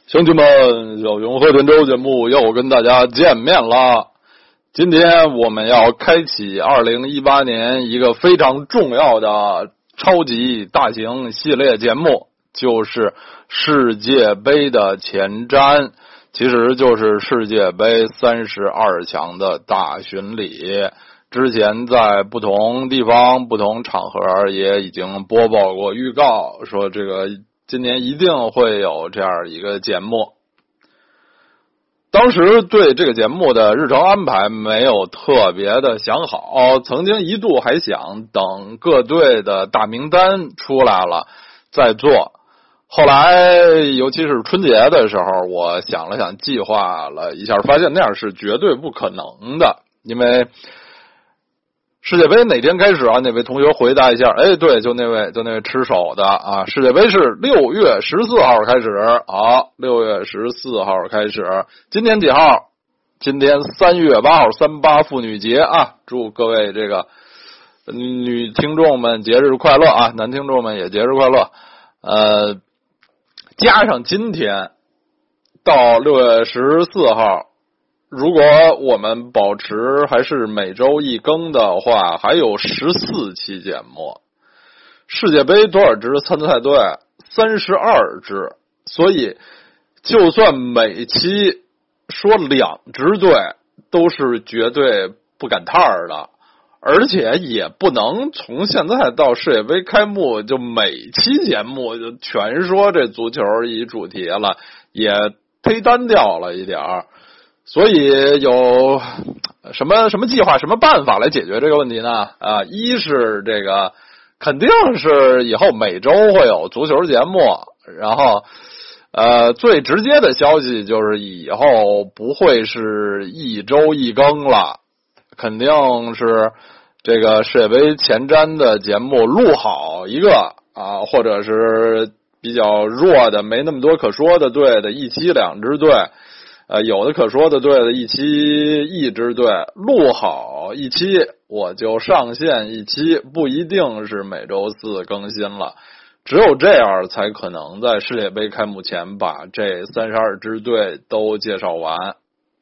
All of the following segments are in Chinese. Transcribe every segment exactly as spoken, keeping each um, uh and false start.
乡亲们，小熊喝甜粥节目又跟大家见面了。今天我们要开启二零一八年一个非常重要的超级大型系列节目，就是世界杯的前瞻，其实就是世界杯三十二强的大巡礼。之前在不同地方、不同场合也已经播报过预告，说这个今年一定会有这样一个节目。当时对这个节目的日程安排没有特别的想好，曾经一度还想等各队的大名单出来了再做。后来尤其是春节的时候，我想了想，计划了一下，发现那样是绝对不可能的。因为世界杯哪天开始啊？那位同学回答一下。哎，对，就那位，就那位吃手的啊。世界杯是六月十四号开始，好，六月十四号开始。今天几号？今天三月八号，三八妇女节啊！祝各位这个女听众们节日快乐啊，男听众们也节日快乐。呃，加上今天到六月十四号。如果我们保持还是每周一更的话，还有十四期节目。世界杯多少支参赛队？三十二支。所以就算每期说两支队都是绝对不赶趟儿的，而且也不能从现在到世界杯开幕就每期节目就全说这足球一主题了，也忒单调了一点儿。所以有什么什么计划、什么办法来解决这个问题呢？啊，一是这个肯定是以后每周会有足球节目，然后呃最直接的消息就是以后不会是一周一更了，肯定是这个世界杯前瞻的节目录好一个啊，或者是比较弱的、没那么多可说的队的一期两支队。呃，有的可说的队的一期一支队录好一期，我就上线一期，不一定是每周四更新了。只有这样才可能在世界杯开幕前把这三十二支队都介绍完。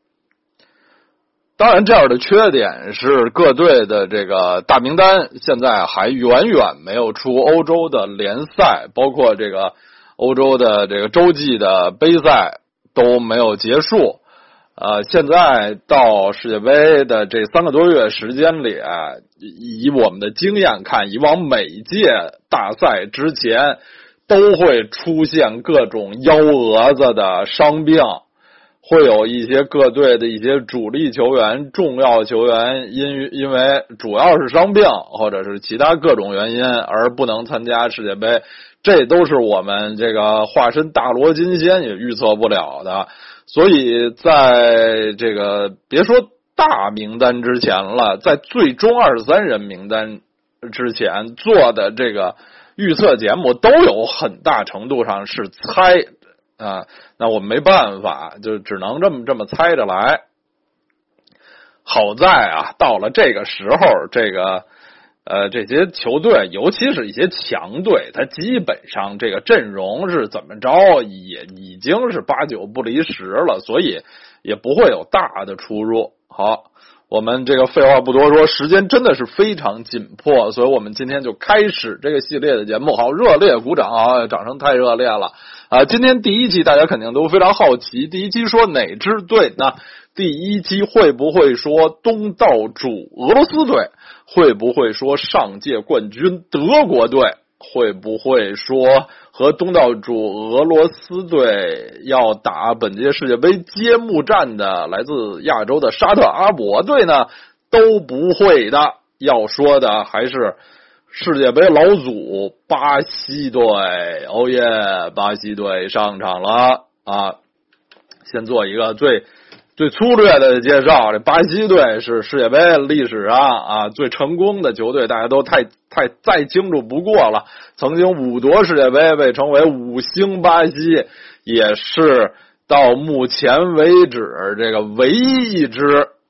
当然，这样的缺点是各队的这个大名单现在还远远没有出欧洲的联赛，包括这个欧洲的这个洲际的杯赛。都没有结束，呃，现在到世界杯的这三个多月时间里，以我们的经验看，以往每届大赛之前都会出现各种幺蛾子的伤病，会有一些各队的一些主力球员、重要球员因因为主要是伤病或者是其他各种原因而不能参加世界杯。这都是我们这个化身大罗金仙也预测不了的，所以在这个别说大名单之前了，在最终二十三人名单之前做的这个预测节目都有很大程度上是猜啊，那我们没办法，就只能这么这么猜着来。好在啊，到了这个时候，这个。呃，这些球队，尤其是一些强队，它基本上这个阵容是怎么着，也已经是八九不离十了，所以也不会有大的出入。好，我们这个废话不多说，时间真的是非常紧迫，所以我们今天就开始这个系列的节目。好，热烈鼓掌啊！掌声太热烈了啊！今天第一期大家肯定都非常好奇，第一期说哪支队呢？第一期会不会说东道主俄罗斯队？会不会说上届冠军德国队？会不会说和东道主俄罗斯队要打本届世界杯揭幕战的来自亚洲的沙特阿拉伯队呢？都不会的。要说的还是世界杯老祖巴西队。哦耶，巴西队上场了啊！先做一个最最粗略的介绍，这巴西队是世界杯历史上啊最成功的球队，大家都太太再清楚不过了。曾经五夺世界杯，被称为五星巴西，也是到目前为止这个唯一一支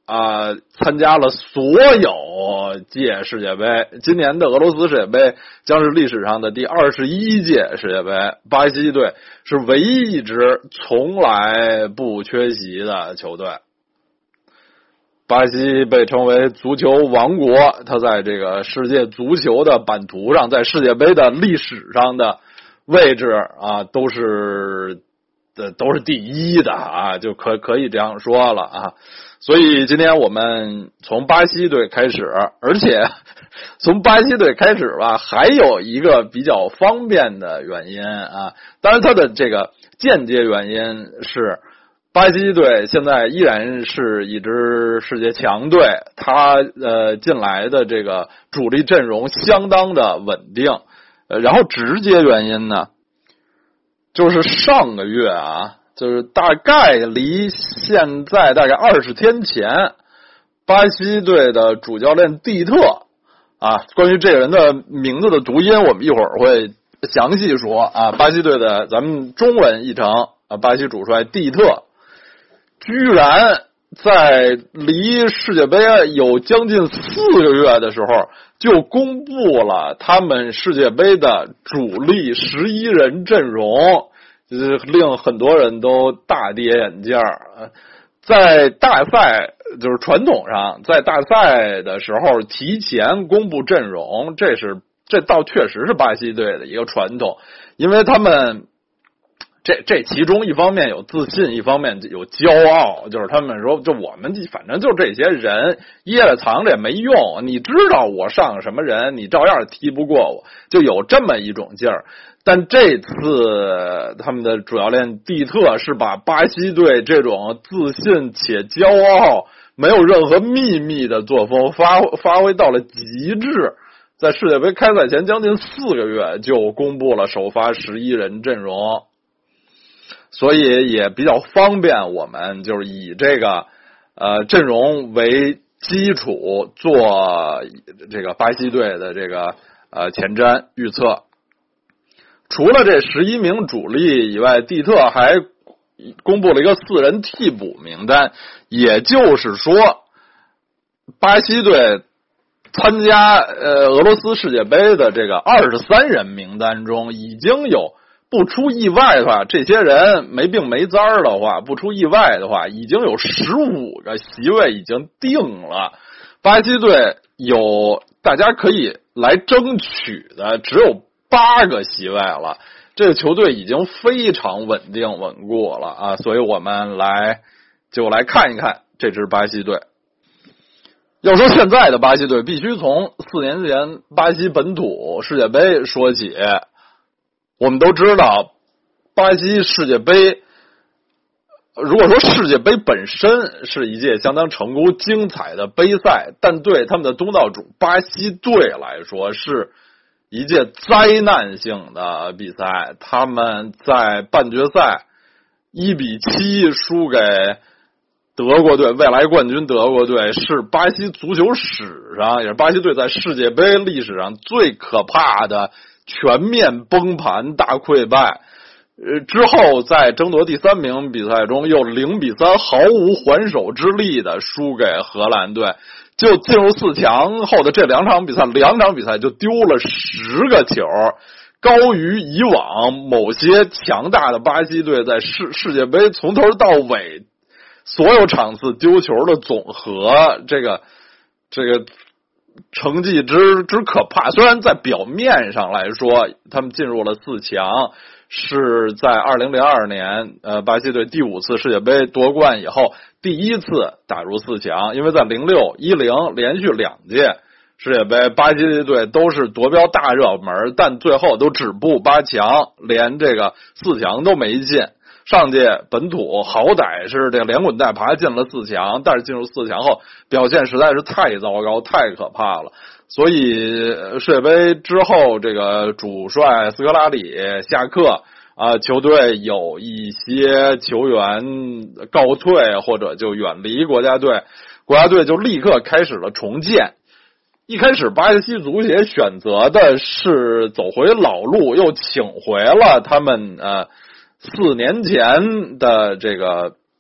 啊、呃，参加了所有届世界杯。今年的俄罗斯世界杯将是历史上的第二十一届世界杯，巴西队是唯一一支从来不缺席的球队。巴西被称为足球王国，它在这个世界足球的版图上，在世界杯的历史上的位置啊，都是的都是第一的啊，就可可以这样说了啊。所以今天我们从巴西队开始，而且从巴西队开始吧，还有一个比较方便的原因啊，当然它的这个间接原因是巴西队现在依然是一支世界强队，他呃进来的这个主力阵容相当的稳定，呃，然后直接原因呢，就是上个月啊，就是大概离现在大概二十天前，巴西队的主教练蒂特啊，关于这个人的名字的读音，我们一会儿会详细说啊。巴西队的咱们中文译成啊，巴西主帅蒂特。居然在离世界杯有将近四个月的时候，就公布了他们世界杯的主力十一人阵容，就是令很多人都大跌眼镜儿。在大赛，就是传统上，在大赛的时候提前公布阵容，这是这倒确实是巴西队的一个传统，因为他们。这这其中一方面有自信，一方面有骄傲，就是他们说，就我们反正就这些人掖着藏着也没用，你知道我上什么人，你照样踢不过我，就有这么一种劲儿。但这次他们的主教练蒂特是把巴西队这种自信且骄傲、没有任何秘密的作风发发挥到了极致，在世界杯开赛前将近四个月就公布了首发十一人阵容。所以也比较方便我们就是以这个呃阵容为基础做这个巴西队的这个呃前瞻预测。除了这十一名主力以外，蒂特还公布了一个四人替补名单，也就是说巴西队参加呃俄罗斯世界杯的这个二十三人名单中已经有，不出意外的话，这些人没病没灾儿的话，不出意外的话，已经有十五个席位已经定了。巴西队有大家可以来争取的只有八个席位了，这个球队已经非常稳定稳固了啊！所以我们来就来看一看这支巴西队。要说现在的巴西队，必须从四年前巴西本土世界杯说起。我们都知道，巴西世界杯，如果说世界杯本身是一届相当成功精彩的杯赛，但对他们的东道主巴西队来说是一届灾难性的比赛。他们在半决赛一比七输给德国队，未来冠军德国队，是巴西足球史上，也是巴西队在世界杯历史上最可怕的全面崩盘大溃败。呃，之后在争夺第三名比赛中又零比三毫无还手之力的输给荷兰队，就进入四强后的这两场比赛，两场比赛就丢了十个球，高于以往某些强大的巴西队在世世界杯从头到尾所有场次丢球的总和，这个这个成绩之之可怕。虽然在表面上来说，他们进入了四强，是在二零零二年呃巴西队第五次世界杯夺冠以后第一次打入四强，因为在零六、一零连续两届世界杯巴西队都是夺标大热门，但最后都止步八强，连这个四强都没进。上届本土好歹是这个连滚带爬进了四强，但是进入四强后表现实在是太糟糕太可怕了，所以世界杯之后这个主帅斯科拉里下课啊，球队有一些球员告退或者就远离国家队，国家队就立刻开始了重建。一开始巴西足协选择的是走回老路，又请回了他们呃四年前的这个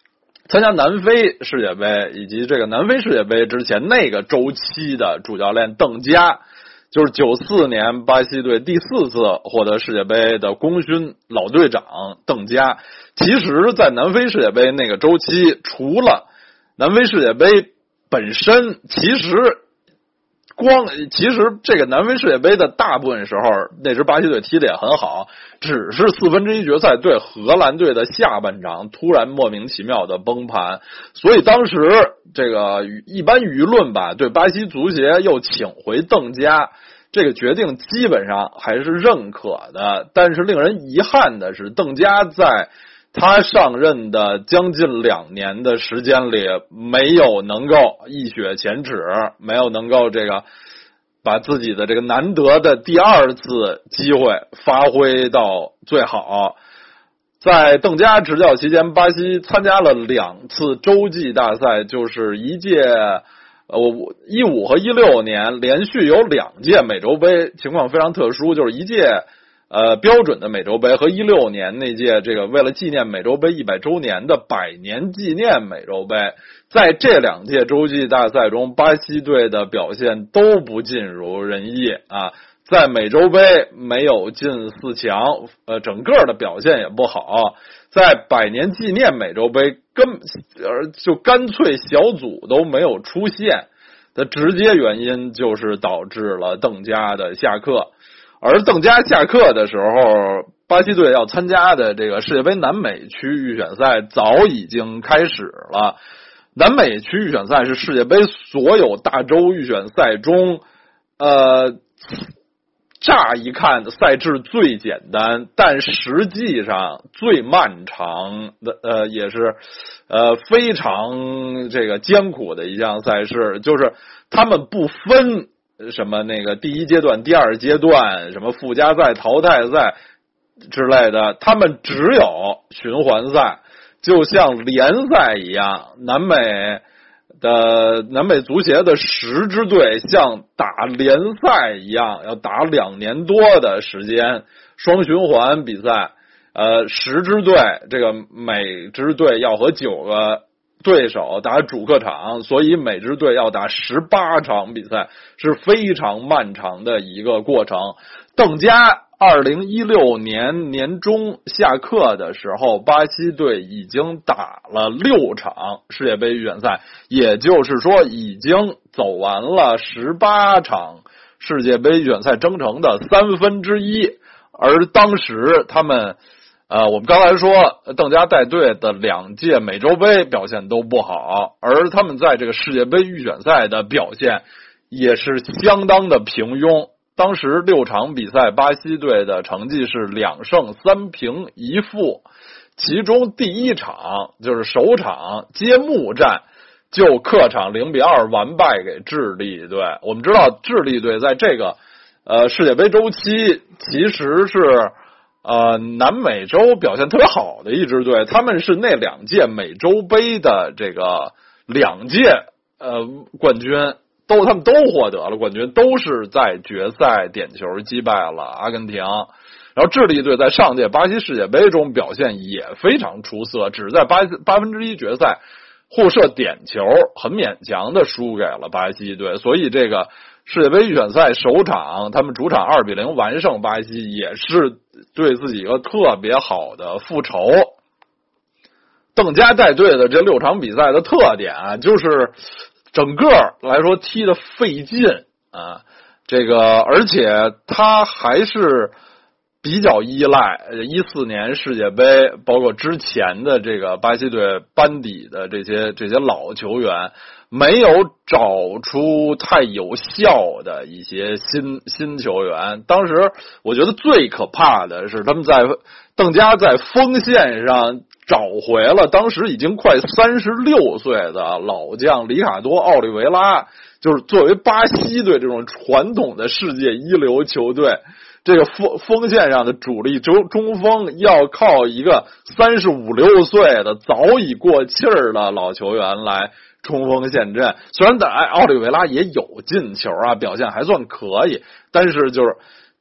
参加南非世界杯以及这个南非世界杯之前那个周期的主教练邓加，就是九四年巴西队第四次获得世界杯的功勋老队长邓加。其实在南非世界杯那个周期，除了南非世界杯本身，其实光其实这个南非世界杯的大部分时候，那支巴西队踢得也很好，只是四分之一决赛对荷兰队的下半场突然莫名其妙的崩盘，所以当时这个一般舆论吧，对巴西足协又请回邓加这个决定基本上还是认可的。但是令人遗憾的是，邓加在他上任的将近两年的时间里，没有能够一雪前耻，没有能够这个把自己的这个难得的第二次机会发挥到最好。在邓加执教期间，巴西参加了两次洲际大赛，就是一届呃一五和一六年连续有两届美洲杯，情况非常特殊，就是一届呃，标准的美洲杯和一六年那届这个为了纪念美洲杯一百周年的百年纪念美洲杯，在这两届洲际大赛中，巴西队的表现都不尽如人意啊，在美洲杯没有进四强，呃，整个的表现也不好，在百年纪念美洲杯根呃就干脆小组都没有出现的直接原因，就是导致了邓加的下课。而邓加下课的时候，巴西队要参加的这个世界杯南美区预选赛早已经开始了。南美区预选赛是世界杯所有大洲预选赛中，呃，乍一看赛制最简单，但实际上最漫长的，呃，也是呃非常这个艰苦的一项赛事，就是他们不分什么那个第一阶段、第二阶段，什么附加赛、淘汰赛之类的，他们只有循环赛，就像联赛一样。南美的南美足协的十支队像打联赛一样，要打两年多的时间，双循环比赛。呃，十支队，这个每支队要和九个对手打主客场，所以每支队要打十八场比赛，是非常漫长的一个过程。邓加二零一六年年中下课的时候，巴西队已经打了六场世界杯预选赛，也就是说已经走完了十八场世界杯预选赛征程的三分之一。而当时他们呃，我们刚才说邓加带队的两届美洲杯表现都不好，而他们在这个世界杯预选赛的表现也是相当的平庸。当时六场比赛，巴西队的成绩是两胜三平一负，其中第一场就是首场揭幕战，就客场零比二完败给智利队。我们知道智利队在这个呃世界杯周期其实是呃，南美洲表现特别好的一支队，他们是那两届美洲杯的这个两届呃冠军，都他们都获得了冠军，都是在决赛点球击败了阿根廷。然后智利队在上届巴西世界杯中表现也非常出色，只在八八分之一决赛互射点球，很勉强的输给了巴西队，所以这个世界杯预选赛首场他们主场二比零完胜巴西，也是对自己一个特别好的复仇。邓加带队的这六场比赛的特点啊，就是整个来说踢得费劲啊，这个而且他还是比较依赖一四年世界杯，包括之前的这个巴西队班底的这些这些老球员，没有找出太有效的一些新新球员。当时我觉得最可怕的是他们在邓加在锋线上找回了当时已经快三十六岁的老将里卡多·奥利维拉，就是作为巴西队这种传统的世界一流球队，这个锋锋线上的主力中中锋要靠一个三十五六岁的早已过气儿的老球员来冲锋陷阵。虽然在奥利维拉也有进球啊，表现还算可以，但是就是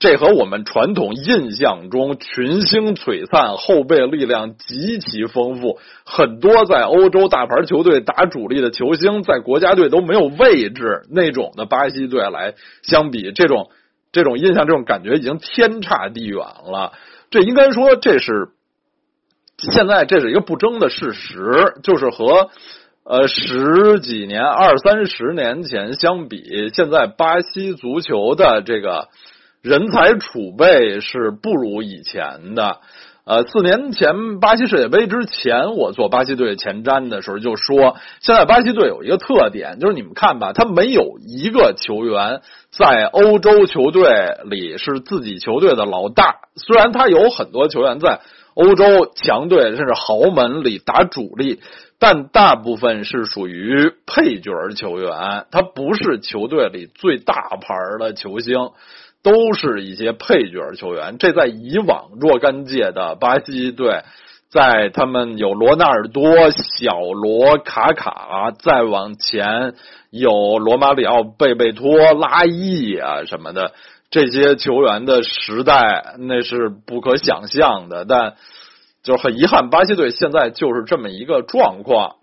这和我们传统印象中群星璀璨、后备力量极其丰富，很多在欧洲大牌球队打主力的球星在国家队都没有位置那种的巴西队来相比，这种这种印象、这种感觉已经天差地远了。这应该说这是现在这是一个不争的事实，就是和呃十几年、二三十年前相比，现在巴西足球的这个人才储备是不如以前的。呃，四年前巴西世界杯之前，我做巴西队前瞻的时候就说，现在巴西队有一个特点，就是你们看吧，他没有一个球员在欧洲球队里是自己球队的老大，虽然他有很多球员在欧洲强队甚至豪门里打主力，但大部分是属于配角球员，他不是球队里最大牌的球星，都是一些配角球员。这在以往若干届的巴西队，在他们有罗纳尔多、小罗、卡卡，再往前有罗马里奥、贝贝托、拉伊啊什么的，这些球员的时代那是不可想象的。但就是很遗憾，巴西队现在就是这么一个状况。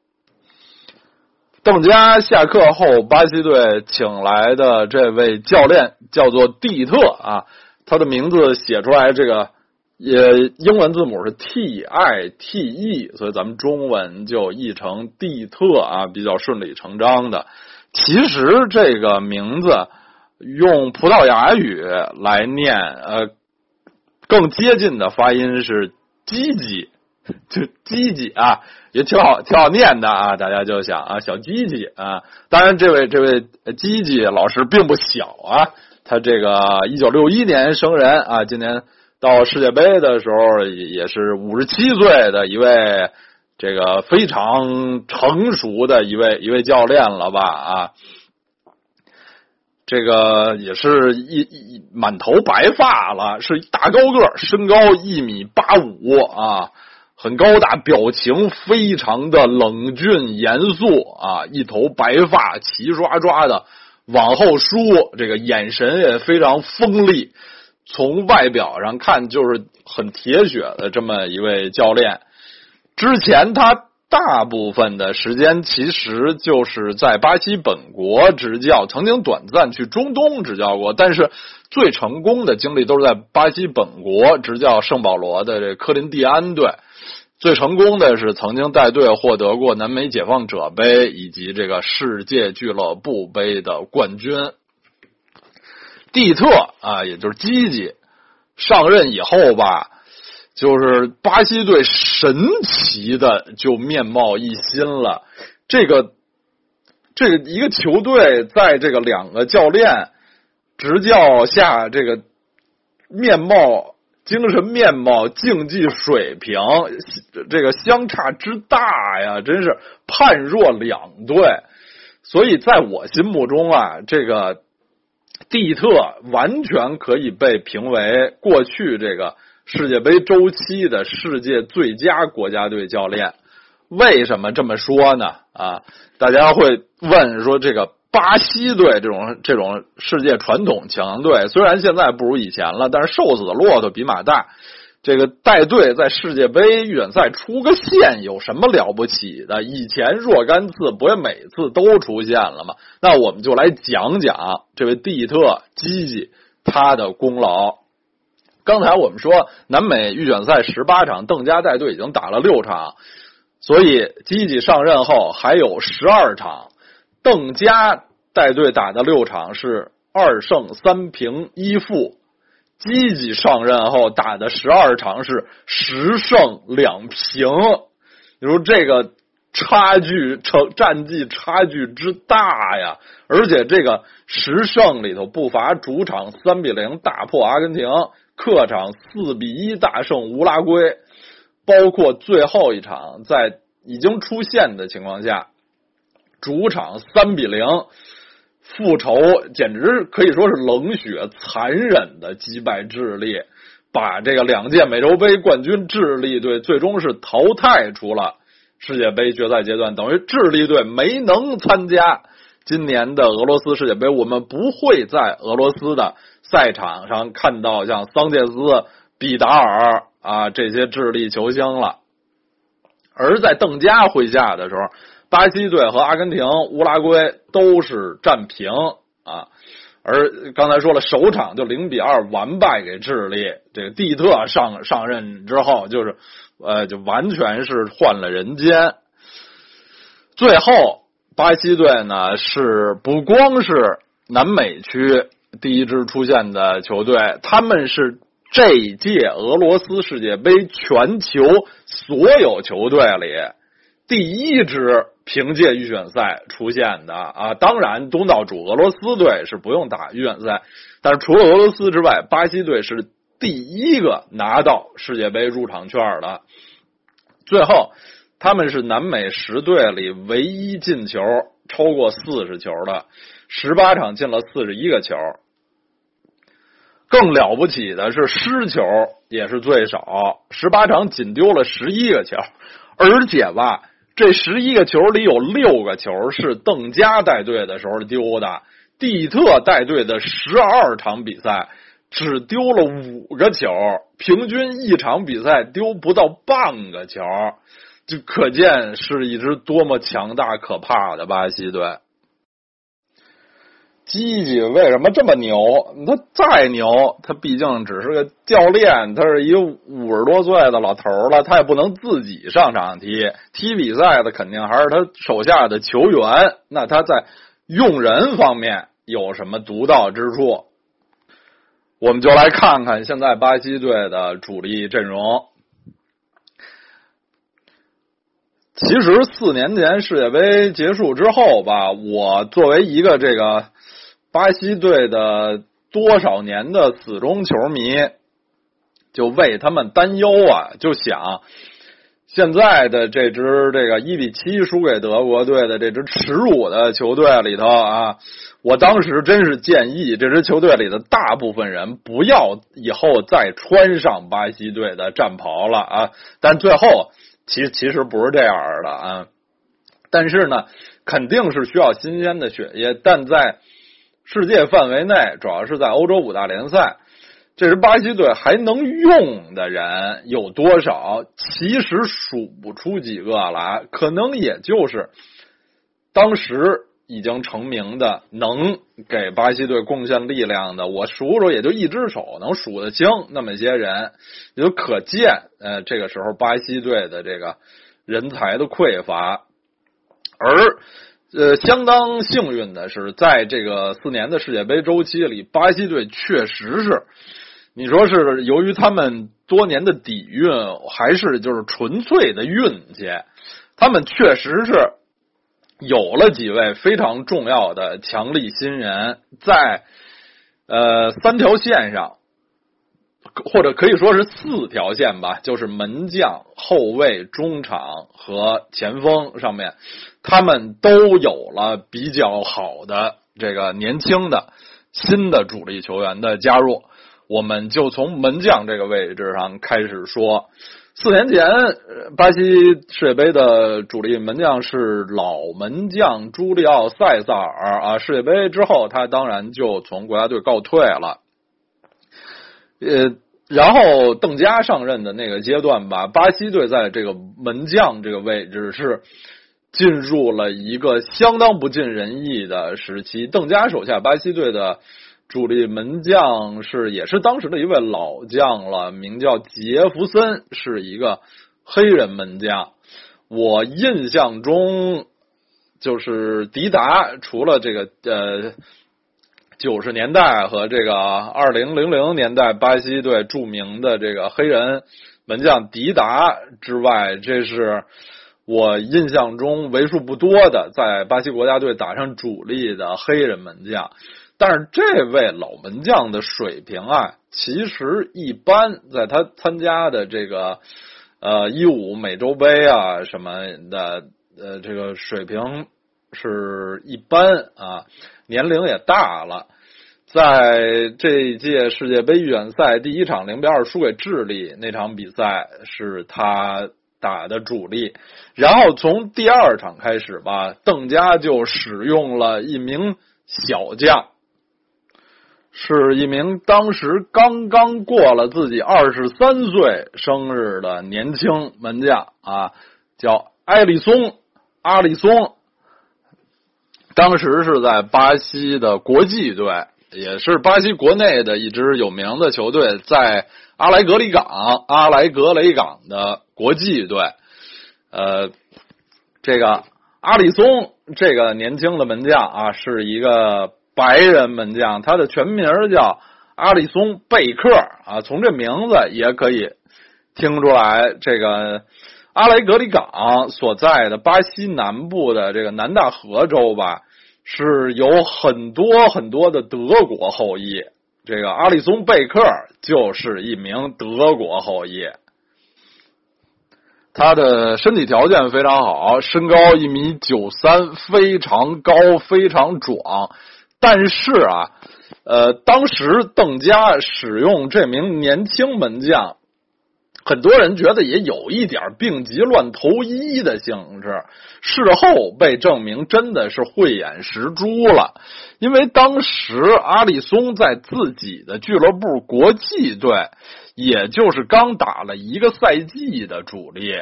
邓加下课后，巴西队请来的这位教练叫做蒂特啊，他的名字写出来这个也英文字母是 T I T E， 所以咱们中文就译成蒂特啊，比较顺理成章的。其实这个名字用葡萄牙语来念，呃，更接近的发音是基基，就基基啊，也挺好，挺好念的啊。大家就想啊，小基基啊。当然，这位这位基基老师并不小啊，他这个一九六一年生人啊，今年到世界杯的时候也是五十七岁的一位，这个非常成熟的一位一位教练了吧啊。这个也是一一满头白发了，是大高个，身高一米八五啊，很高大，表情非常的冷峻严肃啊，一头白发齐刷刷的往后梳，这个眼神也非常锋利，从外表上看就是很铁血的这么一位教练。之前他大部分的时间其实就是在巴西本国执教，曾经短暂去中东执教过，但是最成功的经历都是在巴西本国执教圣保罗的这科林蒂安队。最成功的是曾经带队获得过南美解放者杯以及这个世界俱乐部杯的冠军。蒂特啊，也就是基基上任以后吧，就是巴西队神奇的就面貌一新了。这个这个一个球队在这个两个教练执教下，这个面貌、精神面貌、竞技水平，这个相差之大呀，真是判若两队。所以在我心目中啊，这个蒂特完全可以被评为过去这个世界杯周期的世界最佳国家队教练。为什么这么说呢？啊，大家会问说，这个巴西队这种这种世界传统强队，虽然现在不如以前了，但是瘦死的骆驼比马大。这个带队在世界杯预选赛出个线有什么了不起的？以前若干次不也每次都出现了吗？那我们就来讲讲这位蒂特基基他的功劳。刚才我们说南美预选赛十八场，邓加带队已经打了六场，所以基基上任后还有十二场。邓加带队打的六场是二胜三平一负，基基上任后打的十二场是十胜两平。你说这个差距成战绩差距之大呀，而且这个十胜里头不乏主场三比零大破阿根廷，客场四比一大胜乌拉圭，包括最后一场在已经出线的情况下，主场三比零复仇，简直可以说是冷血残忍的击败智利，把这个两届美洲杯冠军智利队最终是淘汰出了世界杯决赛阶段，等于智利队没能参加今年的俄罗斯世界杯。我们不会在俄罗斯的赛场上看到像桑切斯、毕达尔啊这些智利球星了。而在邓加麾下的时候，巴西队和阿根廷、乌拉圭都是战平啊。而刚才说了，首场就零比二完败给智利。这个蒂特上上任之后，就是呃，就完全是换了人间。最后，巴西队呢是不光是南美区第一支出现的球队，他们是这一届俄罗斯世界杯全球所有球队里第一支凭借预选赛出现的啊。当然东道主俄罗斯队是不用打预选赛，但是除了俄罗斯之外，巴西队是第一个拿到世界杯入场券的。最后他们是南美十队里唯一进球超过四十球的，十八场进了四十一个球。更了不起的是失球也是最少，十八场仅丢了十一个球。而且吧，这十一个球里有六个球是邓加带队的时候丢的，蒂特带队的十二场比赛只丢了五个球，平均一场比赛丢不到半个球，就可见是一支多么强大可怕的巴西队。基基为什么这么牛？他再牛，他毕竟只是个教练，他是一个五十多岁的老头了，他也不能自己上场踢，踢比赛的肯定还是他手下的球员。那他在用人方面有什么独到之处？我们就来看看现在巴西队的主力阵容。其实四年前世界杯结束之后吧，我作为一个这个巴西队的多少年的死忠球迷，就为他们担忧啊，就想现在的这支这个一比七输给德国队的这支耻辱的球队里头啊，我当时真是建议这支球队里的大部分人不要以后再穿上巴西队的战袍了啊。但最后其其实不是这样的啊，但是呢，肯定是需要新鲜的血液，但在世界范围内，主要是在欧洲五大联赛，这支巴西队还能用的人有多少？其实数不出几个来，可能也就是当时已经成名的能给巴西队贡献力量的，我数数也就一只手能数得清那么些人，也就可见呃这个时候巴西队的这个人才的匮乏。而呃，相当幸运的是，在这个四年的世界杯周期里，巴西队确实是，你说是由于他们多年的底蕴，还是就是纯粹的运气，他们确实是有了几位非常重要的强力新人，在呃三条线上，或者可以说是四条线吧，就是门将、后卫、中场和前锋上面，他们都有了比较好的这个年轻的新的主力球员的加入。我们就从门将这个位置上开始说。四年前巴西世界杯的主力门将是老门将朱利奥·塞萨尔啊，世界杯之后他当然就从国家队告退了。呃，然后邓加上任的那个阶段吧，巴西队在这个门将这个位置是进入了一个相当不尽人意的时期。邓加手下巴西队的主力门将是也是当时的一位老将了，名叫杰弗森，是一个黑人门将。我印象中就是迪达，除了这个呃九十年代和这个二零零零年代巴西队著名的这个黑人门将迪达之外，这是我印象中为数不多的在巴西国家队打上主力的黑人门将。但是这位老门将的水平啊，其实一般，在他参加的这个呃一五美洲杯啊什么的呃这个水平是一般啊，年龄也大了。在这一届世界杯预选赛第一场零比二输给智利那场比赛是他打的主力，然后从第二场开始吧，邓加就使用了一名小将， 是一名当时刚刚过了自己二十三岁生日的年轻门将啊，叫埃里松，阿里松。当时是在巴西的国际队，也是巴西国内的一支有名的球队，在阿莱格里港，阿莱格雷港的国际队。呃，这个阿里松这个年轻的门将啊，是一个白人门将，他的全名叫阿里松贝克啊，从这名字也可以听出来，这个阿莱格里港所在的巴西南部的这个南大河州吧，是有很多很多的德国后裔。这个阿里松贝克就是一名德国后裔。他的身体条件非常好，身高一米九三，非常高，非常壮。但是啊，呃，当时邓加使用这名年轻门将，很多人觉得也有一点病急乱投医的性质。事后被证明真的是慧眼识珠了，因为当时阿里松在自己的俱乐部国际队，也就是刚打了一个赛季的主力。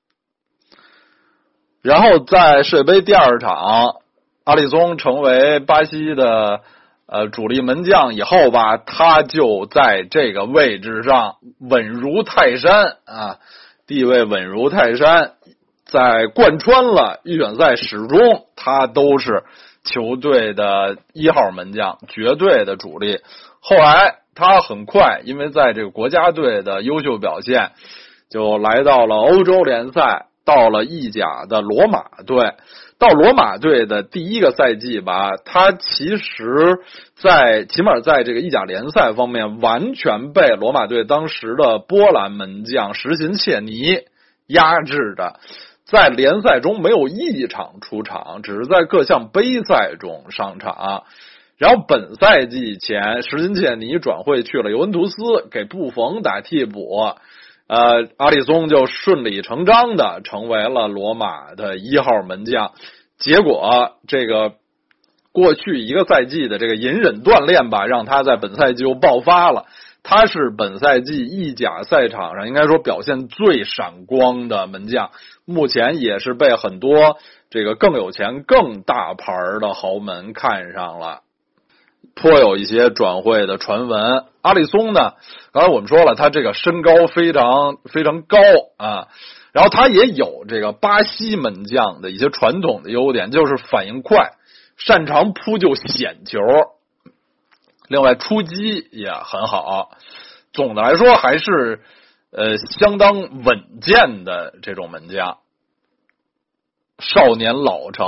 然后在世界杯第二场，阿里松成为巴西的呃主力门将以后吧，他就在这个位置上稳如泰山啊，地位稳如泰山，在贯穿了预选赛始终他都是球队的一号门将，绝对的主力。后来他很快因为在这个国家队的优秀表现，就来到了欧洲联赛，到了意甲的罗马队。到罗马队的第一个赛季吧，他其实在起码在这个意甲联赛方面完全被罗马队当时的波兰门将什琴切尼压制着，在联赛中没有一场出场，只是在各项杯赛中上场。然后本赛季前，什琴切尼转会去了尤文图斯，给布冯打替补。呃，阿里松就顺理成章的成为了罗马的一号门将。结果这个过去一个赛季的这个隐忍锻炼吧，让他在本赛季又爆发了。他是本赛季意甲赛场上应该说表现最闪光的门将，目前也是被很多这个更有钱更大牌的豪门看上了，颇有一些转会的传闻。阿里松呢，刚才我们说了，他这个身高非常非常高啊，然后他也有这个巴西门将的一些传统的优点，就是反应快，擅长扑救险球，另外出击也很好。总的来说还是呃相当稳健的这种门将，少年老成。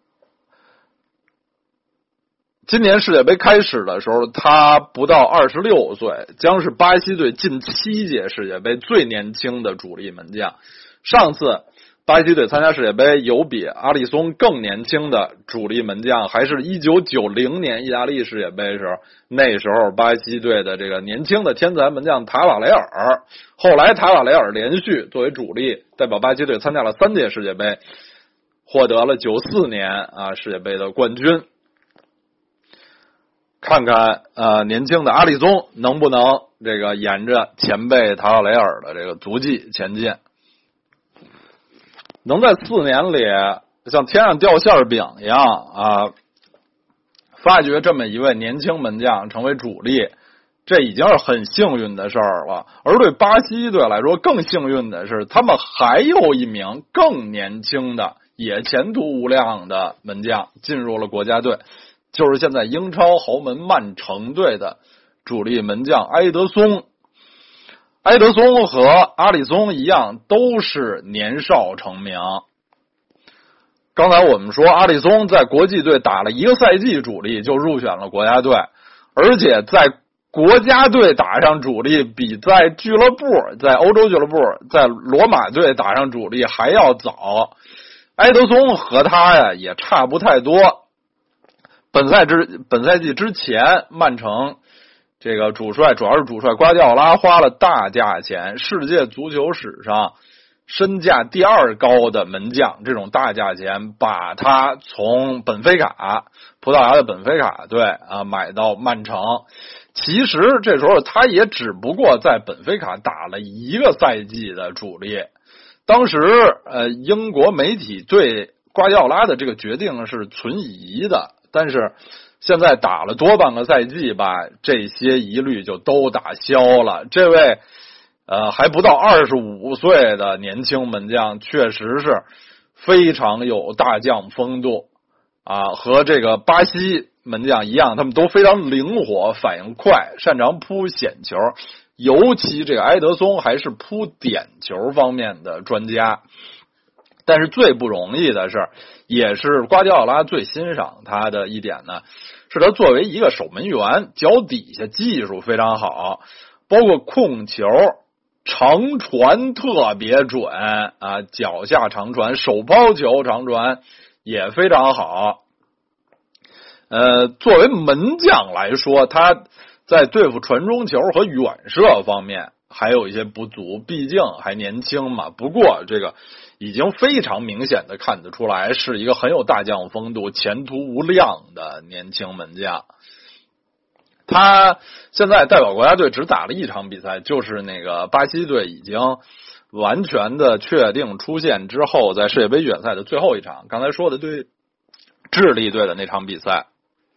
今年世界杯开始的时候，他不到二十六岁，将是巴西队近七届世界杯最年轻的主力门将。上次巴西队参加世界杯有比阿里松更年轻的主力门将，还是一九九零年意大利世界杯时候，那时候巴西队的这个年轻的天才门将塔瓦雷尔。后来塔瓦雷尔连续作为主力代表巴西队参加了三届世界杯，获得了九四年啊世界杯的冠军。看看呃年轻的阿里松能不能这个沿着前辈塔瓦雷尔的这个足迹前进，能在四年里像天上掉馅饼一样啊，发掘这么一位年轻门将成为主力，这已经是很幸运的事儿了。而对巴西队来说更幸运的是，他们还有一名更年轻的也前途无量的门将进入了国家队，就是现在英超豪门曼城队的主力门将埃德松。埃德松和阿里松一样，都是年少成名。刚才我们说阿里松在国际队打了一个赛季主力就入选了国家队，而且在国家队打上主力比在俱乐部在欧洲俱乐部在罗马队打上主力还要早。埃德松和他呀也差不太多。本赛之本赛季之前，曼城这个主帅主要是主帅瓜迪奥拉花了大价钱，世界足球史上身价第二高的门将，这种大价钱把他从本菲卡葡萄牙的本菲卡队啊买到曼城。其实这时候他也只不过在本菲卡打了一个赛季的主力。当时呃，英国媒体对瓜迪奥拉的这个决定是存疑的，但是现在打了多半个赛季吧，这些疑虑就都打消了。这位呃，还不到二十五岁的年轻门将，确实是非常有大将风度啊，和这个巴西门将一样，他们都非常灵活，反应快，擅长扑险球，尤其这个埃德松还是扑点球方面的专家。但是最不容易的是，也是瓜迪奥拉最欣赏他的一点呢，是他作为一个守门员，脚底下技术非常好，包括控球长传特别准啊，脚下长传、手抛球长传也非常好。呃，作为门将来说，他在对付传中球和远射方面还有一些不足，毕竟还年轻嘛。不过这个已经非常明显的看得出来，是一个很有大将风度、前途无量的年轻门将。他现在代表国家队只打了一场比赛，就是那个巴西队已经完全的确定出线之后，在世界杯预选赛的最后一场，刚才说的对智利队的那场比赛。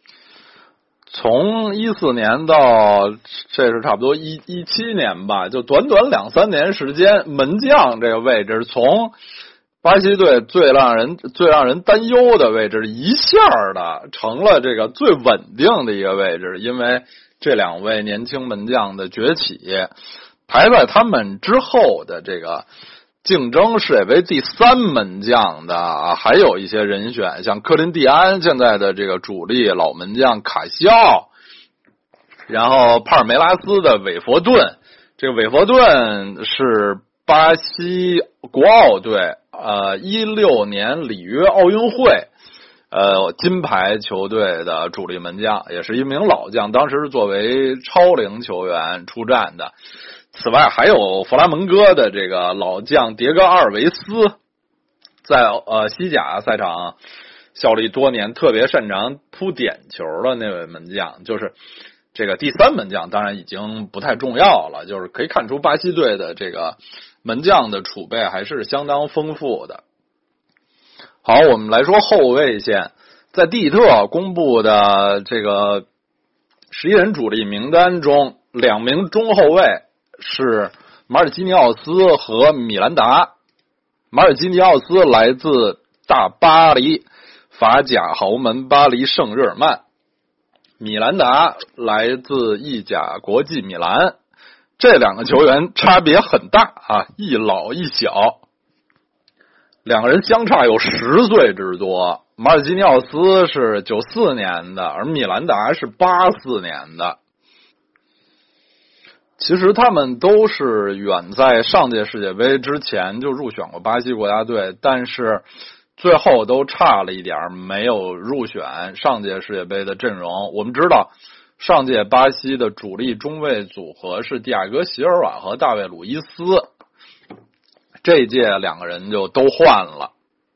从一四年到这是差不多一一七年吧，就短短两三年时间，门将这个位置从巴西队最让人最让人担忧的位置，一下的成了这个最稳定的一个位置，因为这两位年轻门将的崛起，排在他们之后的这个竞争世界杯第三门将的啊，还有一些人选，像科林蒂安现在的这个主力老门将卡西奥，然后帕尔梅拉斯的韦佛顿，这个韦佛顿是巴西国奥队呃一六年里约奥运会呃金牌球队的主力门将，也是一名老将，当时是作为超龄球员出战的。此外还有弗拉门戈的这个老将迭戈阿尔维斯，在呃西甲赛场效力多年，特别擅长扑点球的那位门将，就是这个第三门将当然已经不太重要了，就是可以看出巴西队的这个门将的储备还是相当丰富的。好，我们来说后卫线，在蒂特公布的这个十一人主力名单中，两名中后卫是马尔基尼奥斯和米兰达。马尔基尼奥斯来自大巴黎，法甲豪门巴黎圣日耳曼；米兰达来自意甲国际米兰。这两个球员差别很大啊，一老一小，两个人相差有十岁之多。马尔基尼奥斯是九四年的，而米兰达是八四年的。其实他们都是远在上届世界杯之前就入选过巴西国家队，但是最后都差了一点，没有入选上届世界杯的阵容。我们知道上届巴西的主力中卫组合是蒂亚戈·席尔瓦和大卫·鲁伊斯，这届两个人就都换了。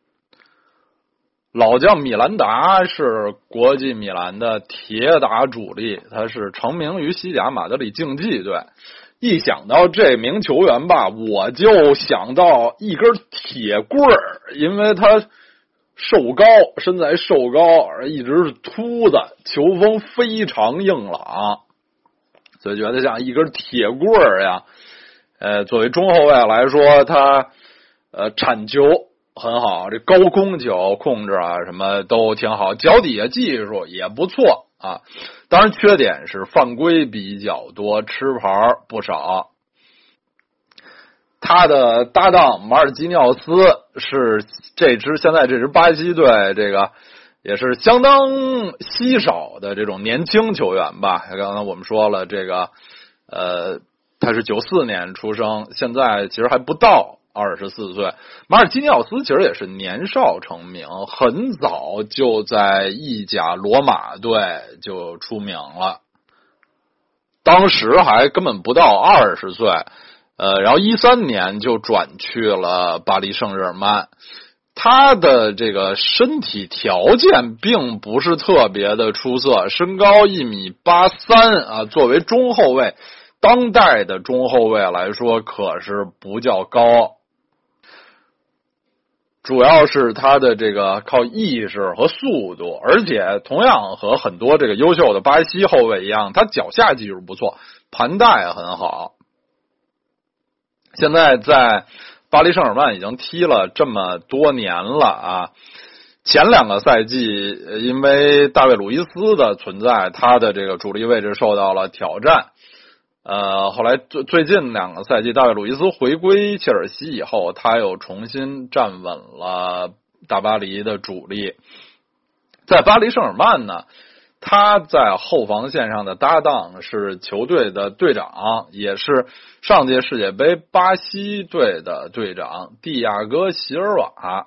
老将米兰达是国际米兰的铁打主力，他是成名于西甲马德里竞技队。一想到这名球员吧，我就想到一根铁棍儿，因为他瘦高，身材瘦高，一直是秃子，球风非常硬朗，所以觉得像一根铁棍儿呀。呃，作为中后卫来说，他呃铲球很好，这高空球控制啊什么都挺好，脚底下技术也不错啊。当然缺点是犯规比较多，吃牌不少。他的搭档马尔基尼奥斯是这支现在这支巴西队这个也是相当稀少的这种年轻球员吧。刚才我们说了，这个呃他是九四年出生，现在其实还不到二十四岁。马尔基尼奥斯其实也是年少成名，很早就在意甲罗马队就出名了，当时还根本不到二十岁。 呃，然后一三年就转去了巴黎圣日耳曼。他的这个身体条件并不是特别的出色，身高一米八三啊，作为中后卫，当代的中后卫来说可是不较高。主要是他的这个靠意识和速度，而且同样和很多这个优秀的巴西后卫一样，他脚下技术不错，盘带很好。现在在巴黎圣日耳曼已经踢了这么多年了啊，前两个赛季因为大卫·鲁伊斯的存在，他的这个主力位置受到了挑战。呃，后来最最近两个赛季，大卫·鲁伊斯回归切尔西以后，他又重新站稳了大巴黎的主力。在巴黎圣日耳曼呢，他在后防线上的搭档是球队的队长，也是上届世界杯巴西队的队长蒂亚戈·席尔瓦。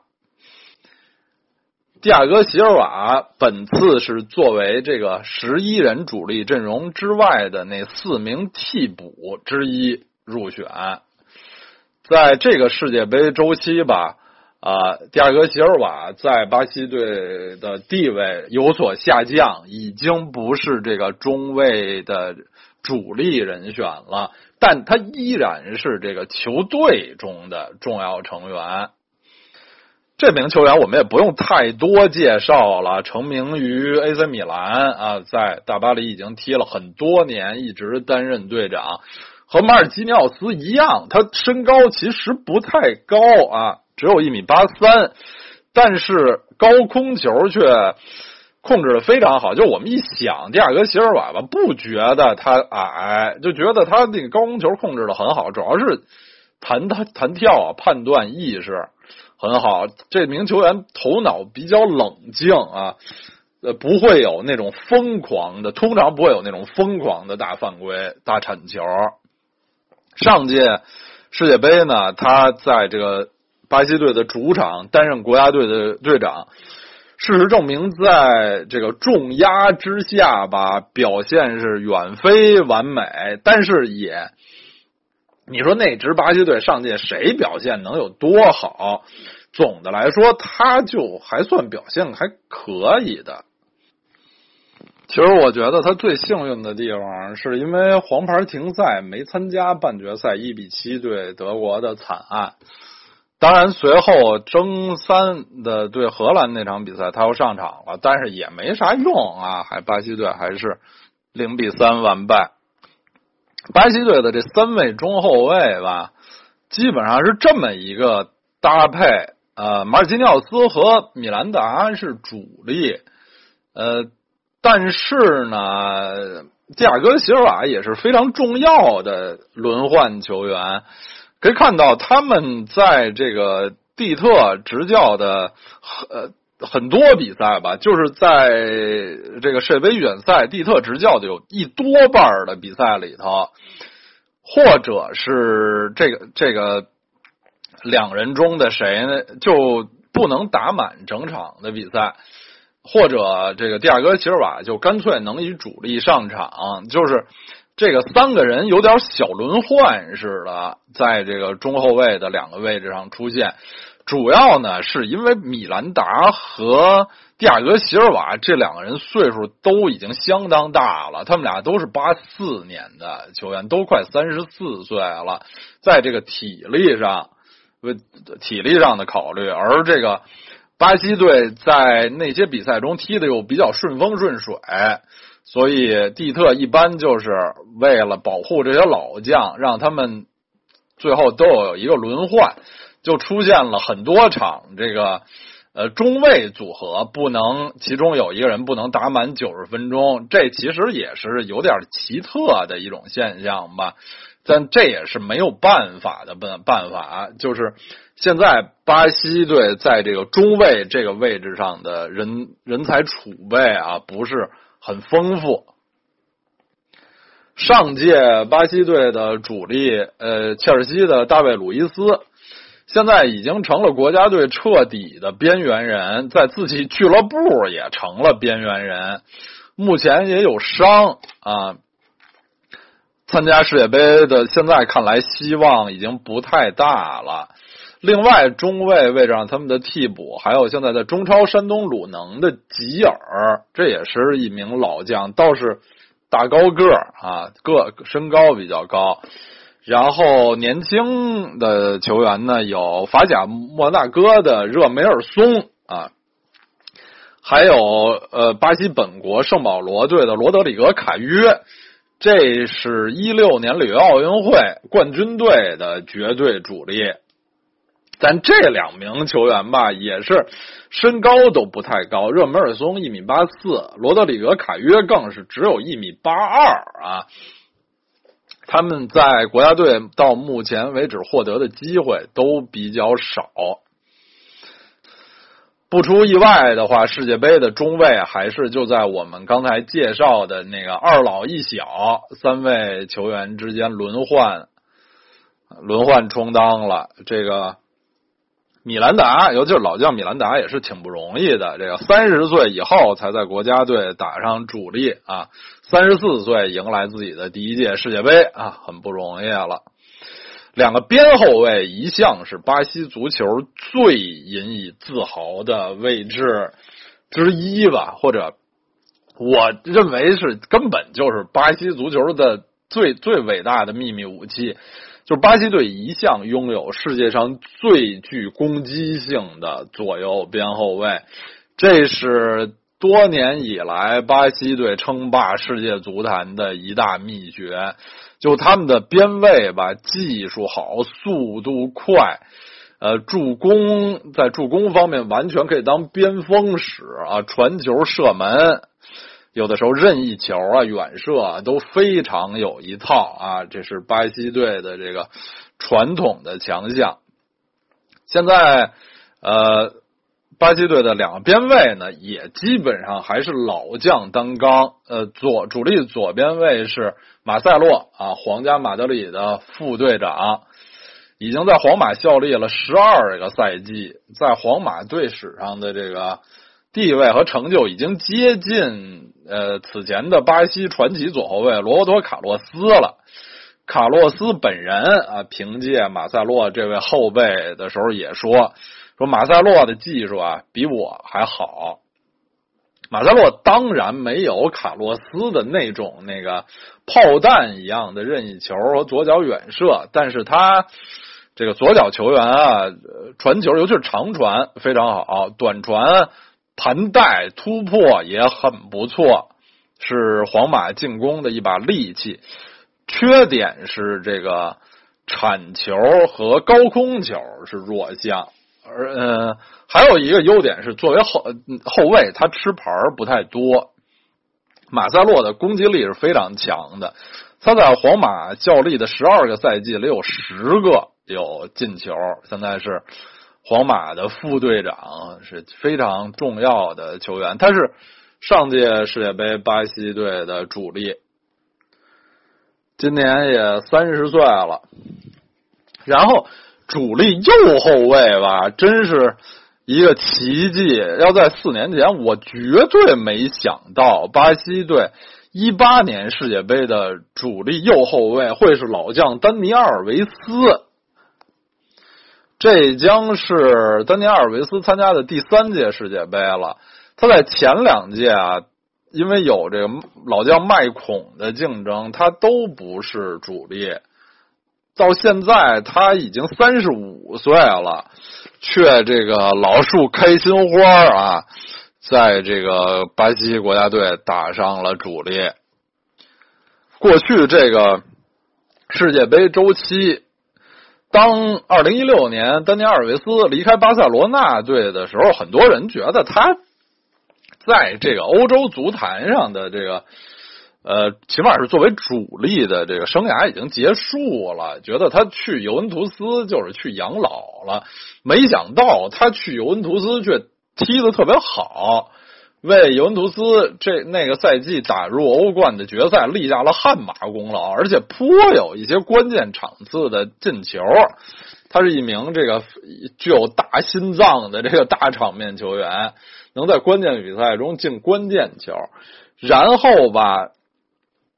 蒂亚戈·席尔瓦本次是作为这个十一人主力阵容之外的那四名替补之一入选。在这个世界杯周期吧，啊，蒂亚戈·席尔瓦在巴西队的地位有所下降，已经不是这个中卫的主力人选了，但他依然是这个球队中的重要成员。这名球员我们也不用太多介绍了，成名于 A C 米兰啊，在大巴黎已经踢了很多年，一直担任队长。和马尔基尼奥斯一样，他身高其实不太高啊，只有一米八三，但是高空球却控制的非常好。就我们一想蒂亚戈·席尔瓦吧，不觉得他矮，就觉得他那个高空球控制的很好，主要是弹弹弹跳啊，判断意识很好。这名球员头脑比较冷静啊，呃，不会有那种疯狂的，通常不会有那种疯狂的大犯规、大铲球。上届世界杯呢，他在这个巴西队的主场担任国家队的队长。事实证明，在这个重压之下吧，表现是远非完美，但是也，你说那支巴西队上届谁表现能有多好？总的来说，他就还算表现还可以的。其实我觉得他最幸运的地方，是因为黄牌停赛没参加半决赛一比七对德国的惨案。当然，随后争三的对荷兰那场比赛，他又上场了，但是也没啥用啊，还巴西队还是零比三完败。巴西队的这三位中后卫吧，基本上是这么一个搭配。呃，马尔基尼奥斯和米兰达是主力，呃，但是呢，蒂亚戈·席尔瓦也是非常重要的轮换球员。可以看到，他们在这个蒂特执教的呃很多比赛吧，就是在这个世界杯预选赛，蒂特执教的有一多半的比赛里头，或者是这个这个两人中的谁呢，就不能打满整场的比赛，或者这个蒂亚戈·席尔瓦就干脆能以主力上场，就是这个三个人有点小轮换似的，在这个中后卫的两个位置上出现。主要呢是因为米兰达和蒂亚戈·席尔瓦这两个人岁数都已经相当大了，他们俩都是八四年的球员，都快三十四岁了，在这个体力上体力上的考虑，而这个巴西队在那些比赛中踢的又比较顺风顺水，所以蒂特一般就是为了保护这些老将，让他们最后都有一个轮换，就出现了很多场这个呃中卫组合不能，其中有一个人不能打满九十分钟，这其实也是有点奇特的一种现象吧。但这也是没有办法的办法，就是现在巴西队在这个中卫这个位置上的人人才储备啊不是很丰富。上届巴西队的主力呃切尔西的大卫·鲁伊斯现在已经成了国家队彻底的边缘人，在自己俱乐部也成了边缘人，目前也有伤啊。 参加世界杯的现在看来希望已经不太大了。另外中卫位置上他们的替补还有现在在中超山东鲁能的吉尔，这也是一名老将，倒是大高个啊，个身高比较高。然后年轻的球员呢，有法甲莫纳哥的热梅尔松啊，还有呃巴西本国圣保罗队的罗德里格卡约，这是一六年里约奥运会冠军队的绝对主力。但这两名球员吧，也是身高都不太高，热梅尔松一米八四，罗德里格卡约更是只有一米八二啊。他们在国家队到目前为止获得的机会都比较少。不出意外的话，世界杯的中卫还是就在我们刚才介绍的那个二老一小三位球员之间轮换轮换充当了。这个米兰达，尤其是老将米兰达也是挺不容易的，这个三十岁以后才在国家队打上主力啊，三十四岁迎来自己的第一届世界杯啊，很不容易了。两个边后卫一向是巴西足球最引以自豪的位置之一吧，或者我认为是根本就是巴西足球的最最伟大的秘密武器。就是巴西队一向拥有世界上最具攻击性的左右边后卫，这是多年以来巴西队称霸世界足坛的一大秘诀。就他们的边卫吧，技术好，速度快，呃，助攻在助攻方面完全可以当边锋使啊，传球射门。有的时候任意球啊、远射啊都非常有一套啊，这是巴西队的这个传统的强项。现在呃，巴西队的两个边卫呢，也基本上还是老将担纲。呃，左主力左边卫是马塞洛啊，皇家马德里的副队长，已经在皇马效力了十二个赛季，在皇马队史上的这个地位和成就已经接近呃此前的巴西传奇左后卫罗伯托卡洛斯了。卡洛斯本人啊，凭借马塞洛这位后辈的时候也说说马塞洛的技术啊比我还好。马塞洛当然没有卡洛斯的那种那个炮弹一样的任意球和左脚远射，但是他这个左脚球员啊，传球尤其是长传非常好，短传盘带突破也很不错，是皇马进攻的一把利器。缺点是这个铲球和高空球是弱项，而呃还有一个优点是作为后后卫他吃牌不太多。马塞洛的攻击力是非常强的，他在皇马效力的十二个赛季里有十个有进球，现在是皇马的副队长，是非常重要的球员。他是上届世界杯巴西队的主力，今年也三十岁了。然后主力右后卫吧，真是一个奇迹。要在四年前，我绝对没想到巴西队一八年世界杯的主力右后卫会是老将丹尼尔维斯。这将是丹尼尔维斯参加的第三届世界杯了。他在前两届啊，因为有这个老将麦孔的竞争，他都不是主力。到现在他已经三十五岁了，却这个老树开心花啊，在这个巴西国家队打上了主力。过去这个世界杯周期，当二零一六年丹尼尔维斯离开巴塞罗那队的时候，很多人觉得他在这个欧洲足坛上的这个呃，起码是作为主力的这个生涯已经结束了，觉得他去尤文图斯就是去养老了。没想到他去尤文图斯却踢得特别好，为尤文图斯这那个赛季打入欧冠的决赛立下了汗马功劳，而且颇有一些关键场次的进球。他是一名这个具有大心脏的这个大场面球员，能在关键比赛中进关键球。然后吧，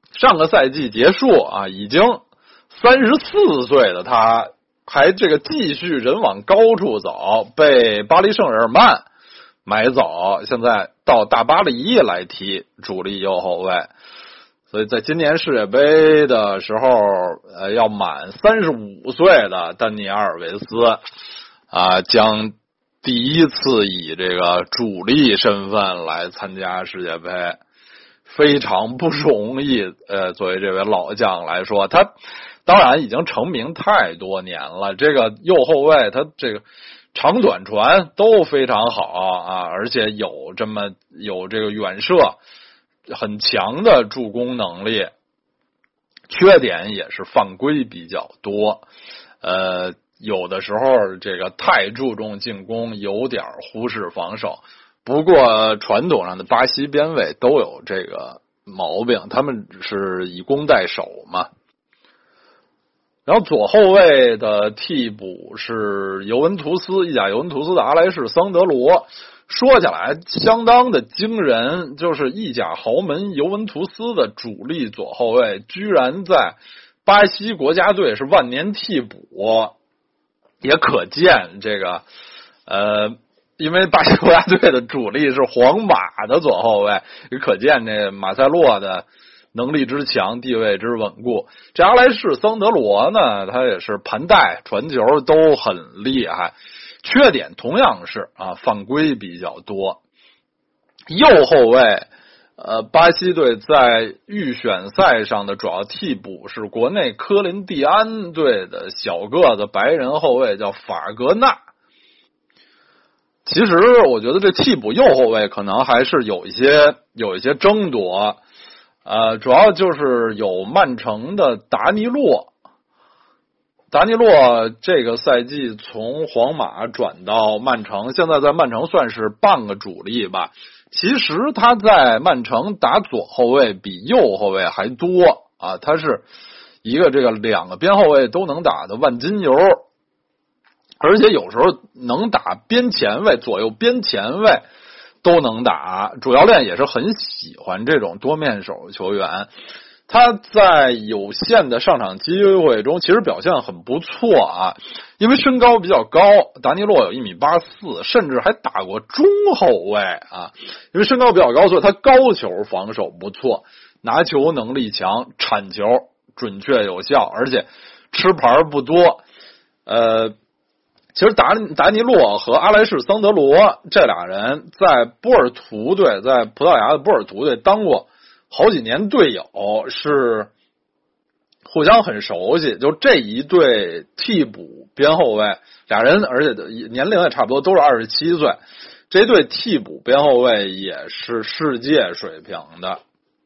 上个赛季结束啊，已经三十四岁的他还这个继续人往高处走，被巴黎圣日耳曼买走，现在到大巴黎来踢主力右后卫。所以在今年世界杯的时候，呃，要满三十五岁的丹尼阿尔维斯啊，将第一次以这个主力身份来参加世界杯，非常不容易。呃，作为这位老将来说，他当然已经成名太多年了。这个右后卫他这个长短传都非常好啊，而且有这么有这个远射。很强的助攻能力，缺点也是犯规比较多，呃，有的时候这个太注重进攻，有点忽视防守。不过传统上的巴西边卫都有这个毛病，他们是以攻代守嘛。然后左后卫的替补是尤文图斯意甲尤文图斯的阿莱士桑德罗。说起来相当的惊人，就是意甲豪门尤文图斯的主力左后卫居然在巴西国家队是万年替补，也可见这个呃，因为巴西国家队的主力是皇马的左后卫，也可见这马塞洛的能力之强，地位之稳固。这阿莱士桑德罗呢，他也是盘带传球都很厉害。缺点同样是啊，犯规比较多。右后卫，呃，巴西队在预选赛上的主要替补是国内科林蒂安队的小个子白人后卫，叫法格纳。其实我觉得这替补右后卫可能还是有一些有一些争夺，呃，主要就是有曼城的达尼洛。达尼洛这个赛季从皇马转到曼城，现在在曼城算是半个主力吧。其实他在曼城打左后卫比右后卫还多啊，他是一个这个两个边后卫都能打的万金油，而且有时候能打边前卫，左右边前卫都能打。主教练也是很喜欢这种多面手球员。他在有限的上场机会中其实表现很不错啊，因为身高比较高，达尼洛有一米八四，甚至还打过中后卫啊。因为身高比较高，所以他高球防守不错，拿球能力强，铲球准确有效，而且吃牌不多。呃，其实达达尼洛和阿莱士桑德罗这俩人在波尔图队，在葡萄牙的波尔图队当过好几年队友，是互相很熟悉。就这一对替补边后卫，俩人而且年龄也差不多，都是二十七岁。这对替补边后卫也是世界水平的。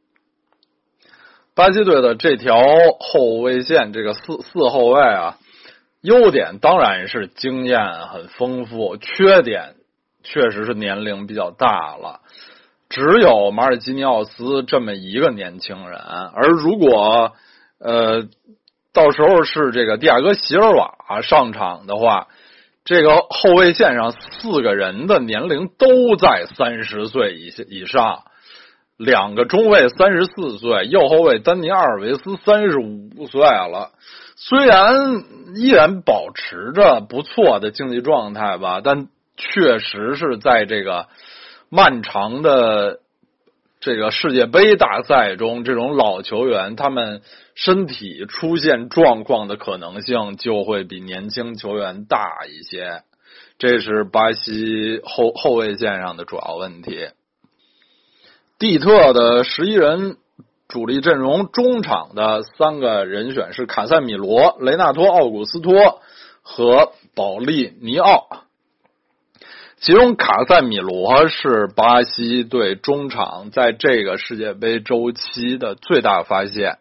巴西队的这条后卫线，这个四四后卫啊，优点当然是经验很丰富，缺点确实是年龄比较大了。只有马尔基尼奥斯这么一个年轻人，而如果呃到时候是这个蒂亚戈席尔瓦上场的话，这个后卫线上四个人的年龄都在三十岁以以上，两个中卫三十四岁，右后卫丹尼阿尔维斯三十五岁了。虽然依然保持着不错的竞技状态吧，但确实是在这个漫长的这个世界杯大赛中，这种老球员他们身体出现状况的可能性就会比年轻球员大一些，这是巴西后后卫线上的主要问题。蒂特的十一人主力阵容，中场的三个人选是卡塞米罗、雷纳托·奥古斯托和保利尼奥。其中卡塞米罗是巴西队中场在这个世界杯周期的最大发现。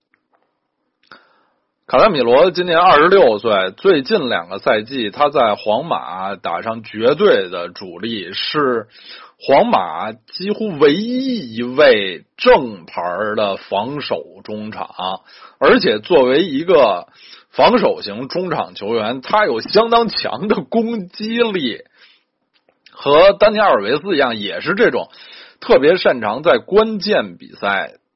卡塞米罗今年二十六岁，最近两个赛季他在皇马打上绝对的主力，是皇马几乎唯一一位正牌的防守中场，而且作为一个防守型中场球员，他有相当强的攻击力，和丹尼尔维斯一样，也是这种特别擅长在关键比赛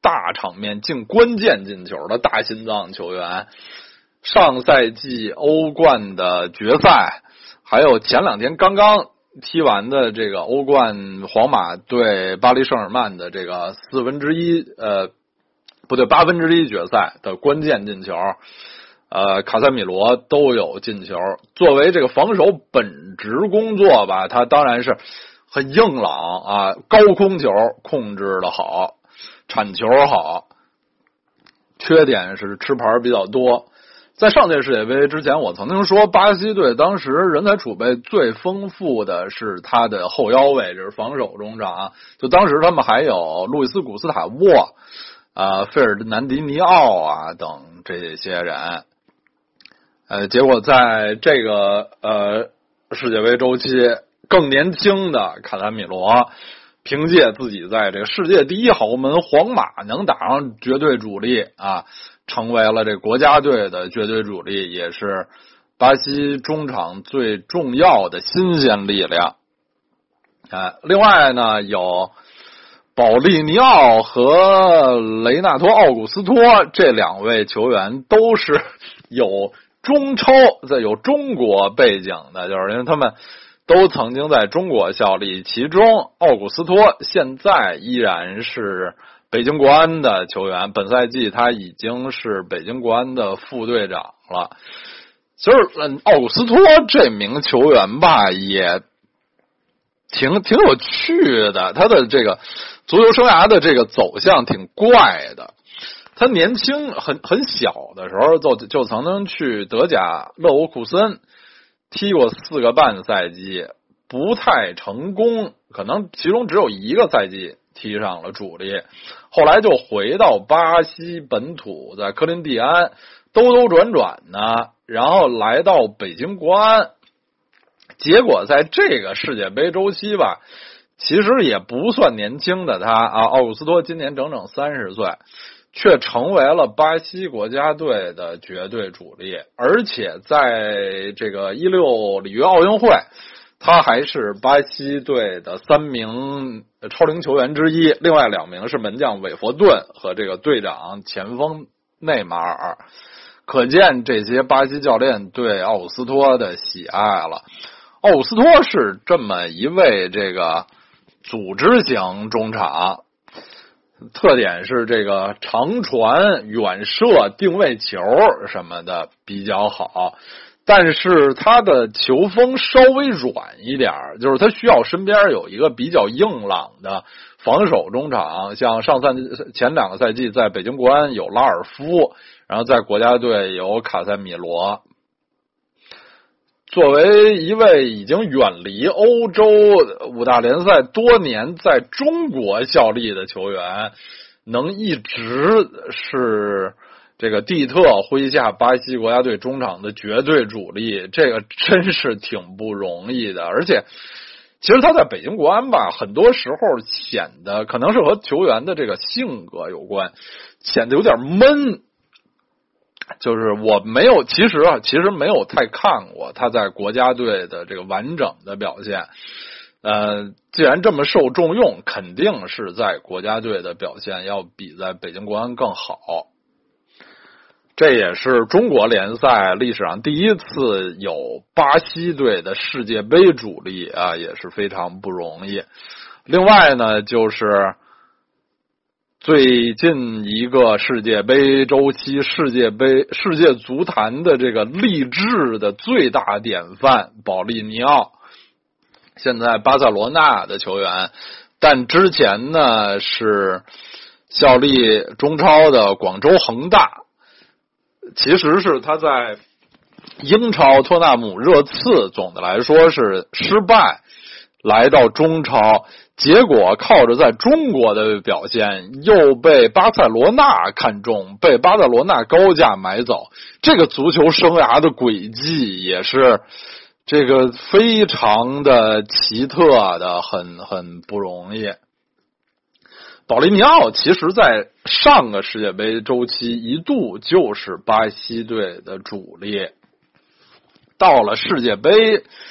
大场面进关键进球的大心脏球员。上赛季欧冠的决赛，还有前两天刚刚踢完的这个欧冠皇马对巴黎圣日耳曼的这个四分之一呃不对八分之一决赛的关键进球，呃卡塞米罗都有进球。作为这个防守本职工作吧，他当然是很硬朗啊，高空球控制的好，铲球好，缺点是吃牌比较多。在上届世界杯之前，我曾经说巴西队当时人才储备最丰富的是他的后腰位置，防守中场。就当时他们还有路易斯古斯塔沃、啊费尔南迪尼奥啊等这些人。呃，结果在这个呃世界杯周期，更年轻的卡塞米罗凭借自己在这个世界第一豪门皇马能打上绝对主力啊，成为了这国家队的绝对主力，也是巴西中场最重要的新鲜力量。哎，另外呢，有保利尼奥和雷纳托·奥古斯托这两位球员都是有中超在有中国背景的，就是因为他们都曾经在中国效力，其中奥古斯托现在依然是北京国安的球员，本赛季他已经是北京国安的副队长了。其实奥古斯托这名球员吧，也挺挺有趣的，他的这个足球生涯的这个走向挺怪的。他年轻很很小的时候就就曾经去德甲勒沃库森踢过四个半赛季，不太成功，可能其中只有一个赛季踢上了主力，后来就回到巴西本土，在科林蒂安兜兜转转呢，然后来到北京国安。结果在这个世界杯周期吧，其实也不算年轻的他啊，奥古斯托今年整整三十岁，却成为了巴西国家队的绝对主力，而且在这个一六里约奥运会，他还是巴西队的三名超龄球员之一，另外两名是门将韦弗顿和这个队长前锋内马尔。可见这些巴西教练对奥古斯托的喜爱了。奥古斯托是这么一位这个组织型中场，特点是这个长传、远射、定位球什么的比较好，但是他的球风稍微软一点，就是他需要身边有一个比较硬朗的防守中场，像上赛前两个赛季在北京国安有拉尔夫，然后在国家队有卡塞米罗。作为一位已经远离欧洲五大联赛多年，在中国效力的球员，能一直是这个蒂特麾下巴西国家队中场的绝对主力，这个真是挺不容易的。而且其实他在北京国安吧，很多时候显得可能是和球员的这个性格有关，显得有点闷。就是我没有，其实啊，其实没有太看过他在国家队的这个完整的表现。呃，既然这么受重用，肯定是在国家队的表现要比在北京国安更好。这也是中国联赛历史上第一次有巴西队的世界杯主力啊，也是非常不容易。另外呢，就是最近一个世界杯周期，世界杯世界足坛的这个励志的最大典范保利尼奥，现在巴塞罗那的球员，但之前呢是效力中超的广州恒大，其实是他在英超托纳姆热刺总的来说是失败，来到中超，结果靠着在中国的表现又被巴塞罗那看中，被巴塞罗那高价买走，这个足球生涯的轨迹也是这个非常的奇特的，很很不容易。保利尼奥其实在上个世界杯周期一度就是巴西队的主力，到了世界杯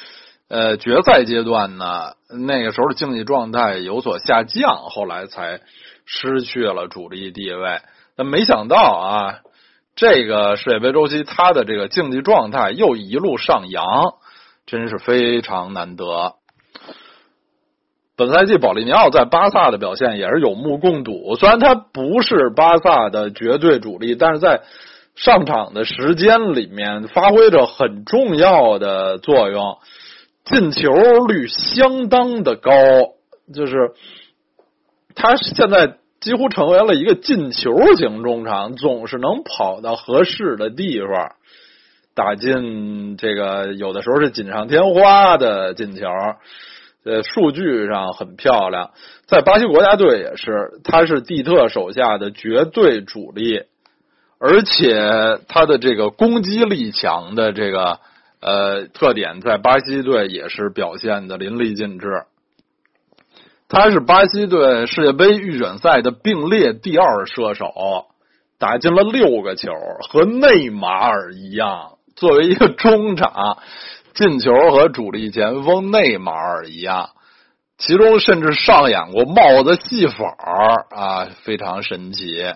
呃决赛阶段呢，那个时候的竞技状态有所下降，后来才失去了主力地位。但没想到啊，这个世界杯周期他的这个竞技状态又一路上扬，真是非常难得。本赛季保利尼奥在巴萨的表现也是有目共睹，虽然他不是巴萨的绝对主力，但是在上场的时间里面发挥着很重要的作用，进球率相当的高，就是他现在几乎成为了一个进球型中场，总是能跑到合适的地方打进这个有的时候是锦上添花的进球，呃，数据上很漂亮。在巴西国家队也是，他是蒂特手下的绝对主力，而且他的这个攻击力强的这个呃特点在巴西队也是表现的淋漓尽致。他是巴西队世界杯预选赛的并列第二射手，打进了六个球，和内马尔一样，作为一个中场，进球和主力前锋内马尔一样，其中甚至上演过帽子戏法啊，非常神奇。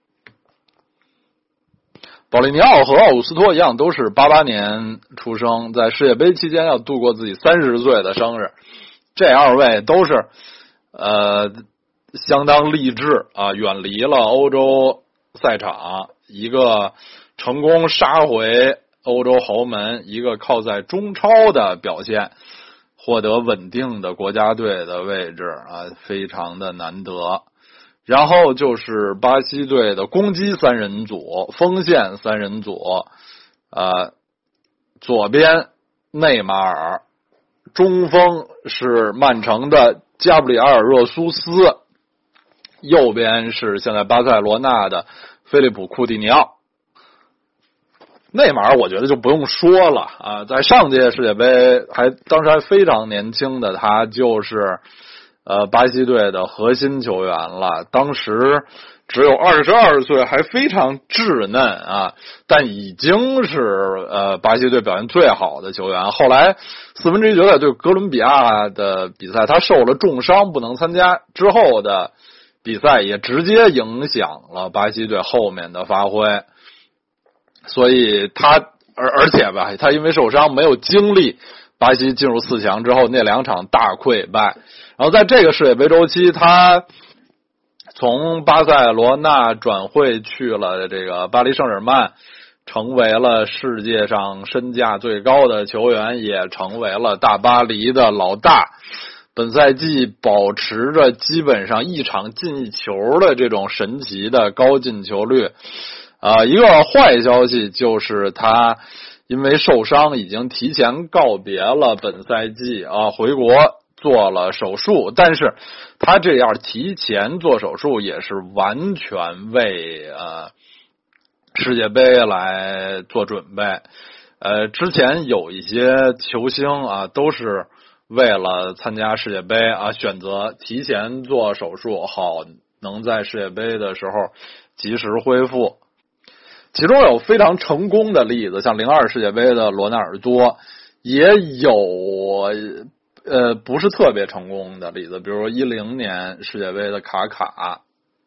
保利尼奥和奥古斯托一样，都是八八年出生，在世界杯期间要度过自己三十岁的生日。这二位都是呃相当励志啊，远离了欧洲赛场，一个成功杀回欧洲豪门，一个靠在中超的表现获得稳定的国家队的位置啊，非常的难得。然后就是巴西队的攻击三人组，锋线三人组，呃，左边内马尔，中锋是曼城的加布里埃尔·热苏斯，右边是现在巴塞罗那的菲利普·库蒂尼奥。内马尔我觉得就不用说了啊，在上届世界杯还当时还非常年轻的他就是呃巴西队的核心球员了，当时只有二十二岁，还非常稚嫩啊，但已经是呃巴西队表现最好的球员。后来四分之一决赛对哥伦比亚的比赛他受了重伤不能参加，之后的比赛也直接影响了巴西队后面的发挥。所以他而而且吧，他因为受伤没有经历巴西进入四强之后那两场大溃败，然后在这个世界杯周期，他从巴塞罗那转会去了这个巴黎圣日耳曼，成为了世界上身价最高的球员，也成为了大巴黎的老大。本赛季保持着基本上一场进一球的这种神奇的高进球率。啊、呃，一个坏消息就是他因为受伤已经提前告别了本赛季啊，回国做了手术，但是他这样提前做手术也是完全为呃世界杯来做准备。呃，之前有一些球星啊，都是为了参加世界杯啊，选择提前做手术，好能在世界杯的时候及时恢复。其中有非常成功的例子，像零二世界杯的罗纳尔多，也有呃不是特别成功的例子，比如说一零年世界杯的卡卡。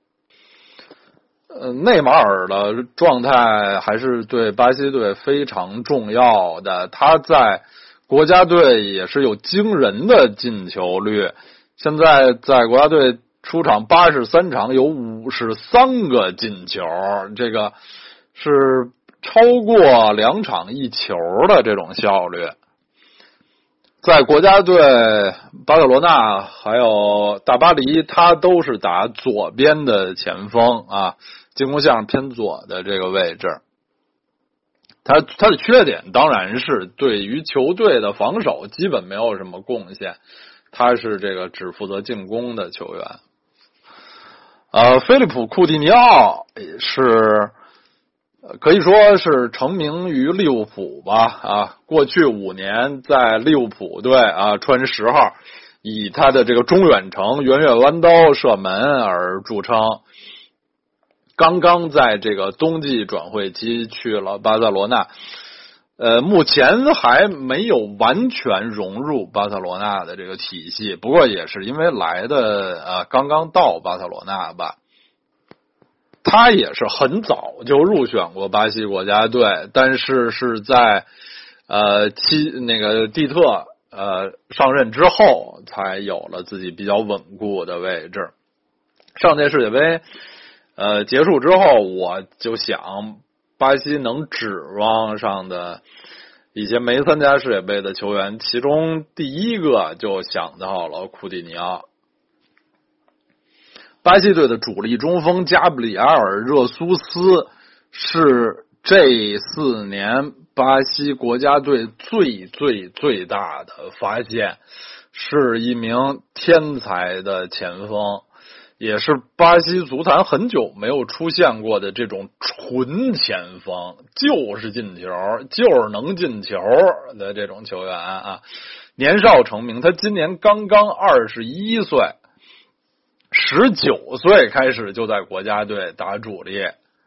呃，内马尔的状态还是对巴西队非常重要的，他在国家队也是有惊人的进球率，现在在国家队出场八十三场有五十三个进球，这个是超过两场一球的这种效率。在国家队巴塞罗那还有大巴黎，他都是打左边的前锋啊，进攻线偏左的这个位置。他他的缺点当然是对于球队的防守基本没有什么贡献，他是这个只负责进攻的球员。呃，菲利普·库蒂尼奥是可以说是成名于利物浦吧啊，过去五年在利物浦队啊穿十号，以他的这个中远程圆月弯刀射门而著称。刚刚在这个冬季转会期去了巴塞罗那， 呃，目前还没有完全融入巴塞罗那的这个体系，不过也是因为来的呃刚刚到巴塞罗那吧。他也是很早就入选过巴西国家队，但是是在呃七那个蒂特呃上任之后，才有了自己比较稳固的位置。上届世界杯呃结束之后，我就想巴西能指望上的一些没参加世界杯的球员，其中第一个就想到了库蒂尼奥。巴西队的主力中锋加布里埃尔·热苏斯是这四年巴西国家队最最最大的发现，是一名天才的前锋，也是巴西足坛很久没有出现过的这种纯前锋，就是进球，就是能进球的这种球员啊。年少成名，他今年刚刚二十一岁。十九岁开始就在国家队打主力，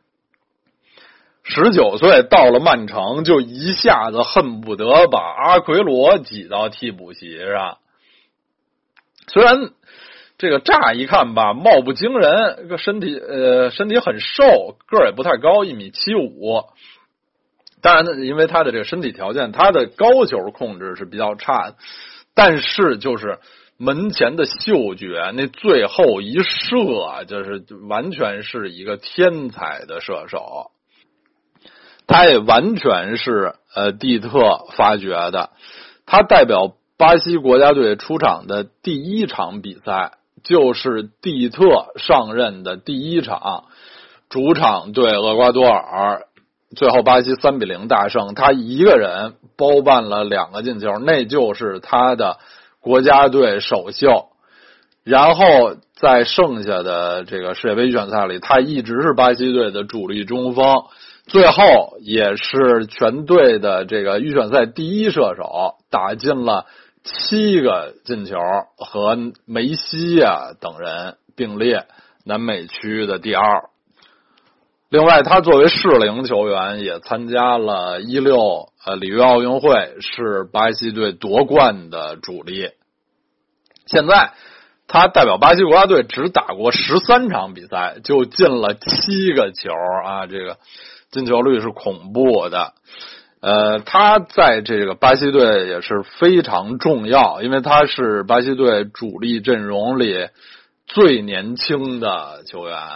十九岁到了曼城，就一下子恨不得把阿奎罗挤到替补席上。虽然这个乍一看吧，貌不惊人，个身体呃身体很瘦，个儿也不太高，一米七五。当然呢，因为他的这个身体条件，他的高球控制是比较差的，但是就是门前的嗅觉，那最后一射，就是完全是一个天才的射手。他也完全是呃蒂特发掘的。他代表巴西国家队出场的第一场比赛，就是蒂特上任的第一场，主场对厄瓜多尔，最后巴西三比零大胜，他一个人包办了两个进球，那就是他的国家队首秀。然后在剩下的这个世界杯预选赛里，他一直是巴西队的主力中锋，最后也是全队的这个预选赛第一射手，打进了七个进球，和梅西啊等人并列南美区的第二。另外，他作为适龄球员也参加了一六呃里约奥运会，是巴西队夺冠的主力。现在他代表巴西国家队只打过十三场比赛，就进了七个球啊，这个进球率是恐怖的。呃，他在这个巴西队也是非常重要，因为他是巴西队主力阵容里最年轻的球员。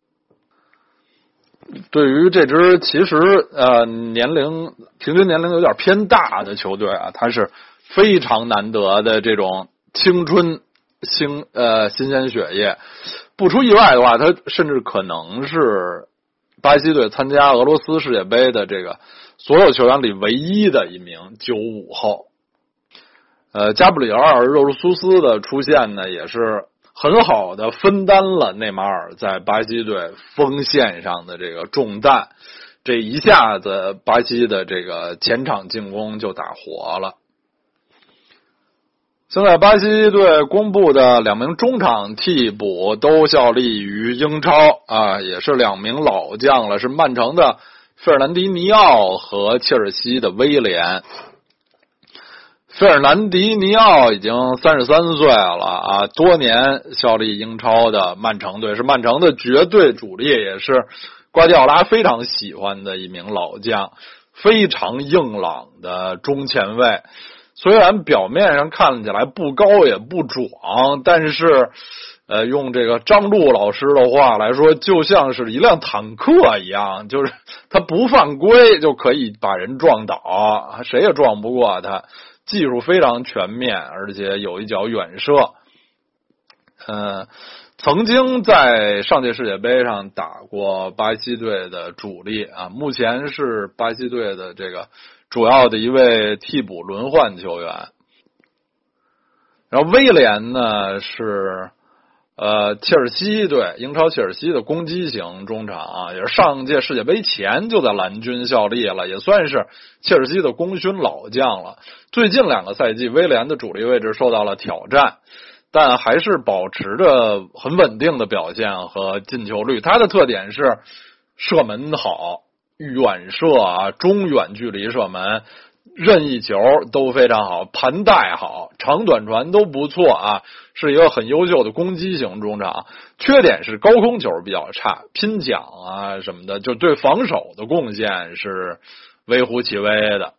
对于这支其实呃年龄平均年龄有点偏大的球队啊，他是非常难得的这种青春新呃新鲜血液。不出意外的话，他甚至可能是巴西队参加俄罗斯世界杯的这个所有球员里唯一的一名九五后。呃，加布里埃尔·热苏斯的出现呢，也是很好的分担了内马尔在巴西队锋线上的这个重担，这一下子巴西的这个前场进攻就打活了。现在巴西队公布的两名中场替补都效力于英超啊，也是两名老将了，是曼城的费尔南迪尼奥和切尔西的威廉。费尔南迪尼奥已经三十三岁了啊，多年效力英超的曼城队，是曼城的绝对主力，也是瓜迪奥拉非常喜欢的一名老将，非常硬朗的中前卫。虽然表面上看起来不高也不壮，但是呃，用这个张璐老师的话来说，就像是一辆坦克一样，就是他不犯规就可以把人撞倒，谁也撞不过他。技术非常全面，而且有一脚远射。呃，曾经在上届世界杯上打过巴西队的主力啊，目前是巴西队的这个主要的一位替补轮换球员。然后威廉呢是呃切尔西队英超切尔西的攻击型中场啊，也是上届世界杯前就在蓝军效力了，也算是切尔西的功勋老将了。最近两个赛季威廉的主力位置受到了挑战，但还是保持着很稳定的表现和进球率。他的特点是射门好， 远射啊、中远距离射门、任意球都非常好，盘带好，长短传都不错啊，是一个很优秀的攻击型中场。缺点是高空球比较差，拼抢啊什么的，就对防守的贡献是微乎其微的。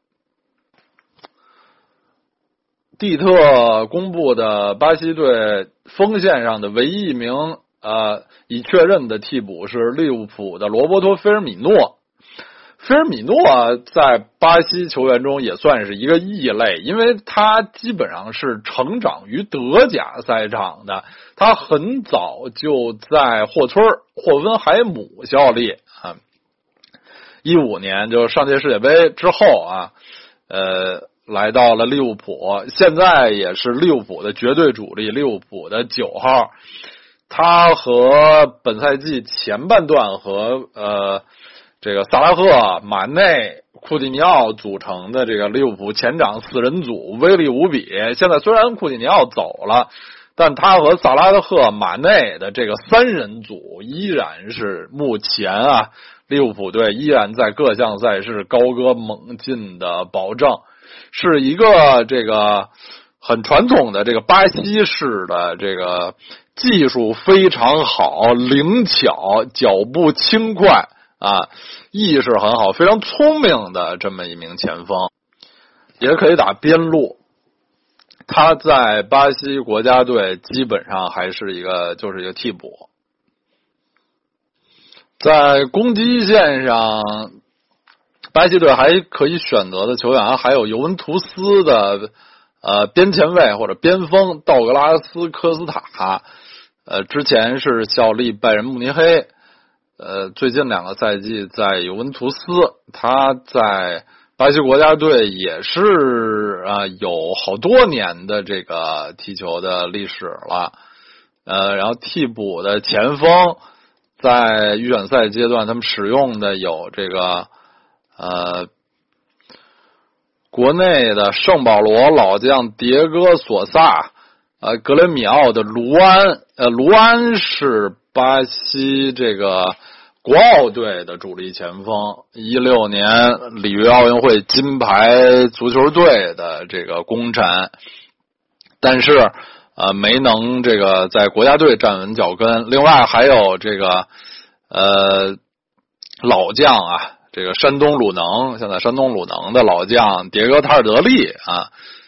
蒂特公布的巴西队锋线上的唯一一名呃已确认的替补是利物浦的罗伯托·菲尔米诺。菲尔米诺在巴西球员中也算是一个异类，因为他基本上是成长于德甲赛场的，他很早就在霍村霍芬海姆效力啊。一五年就上届世界杯之后啊，呃，来到了利物浦，现在也是利物浦的绝对主力，利物浦的九号。他和本赛季前半段和呃。这个萨拉赫、马内、库蒂尼奥组成的这个利物浦前场四人组威力无比。现在虽然库蒂尼奥走了，但他和萨拉赫、马内的这个三人组依然是目前啊利物浦队依然在各项赛事高歌猛进的保证，是一个这个很传统的这个巴西式的这个技术非常好、灵巧、脚步轻快。啊，意识很好，非常聪明的这么一名前锋，也可以打边路。他在巴西国家队基本上还是一个就是一个替补。在攻击线上，巴西队还可以选择的球员还有尤文图斯的呃边前卫或者边锋道格拉斯科斯塔，呃之前是效力拜仁慕尼黑。呃，最近两个赛季在尤文图斯，他在巴西国家队也是啊、呃、有好多年的这个踢球的历史了。呃，然后替补的前锋在预选赛阶段他们使用的有这个呃国内的圣保罗老将迭戈索萨，呃格雷米奥的卢安，呃卢安是巴西这个国奥队的主力前锋，一六年里约奥运会金牌足球队的这个功臣，但是呃没能这个在国家队站稳脚跟。另外还有这个呃老将啊，这个山东鲁能，现在山东鲁能的老将迭戈塔尔德利啊，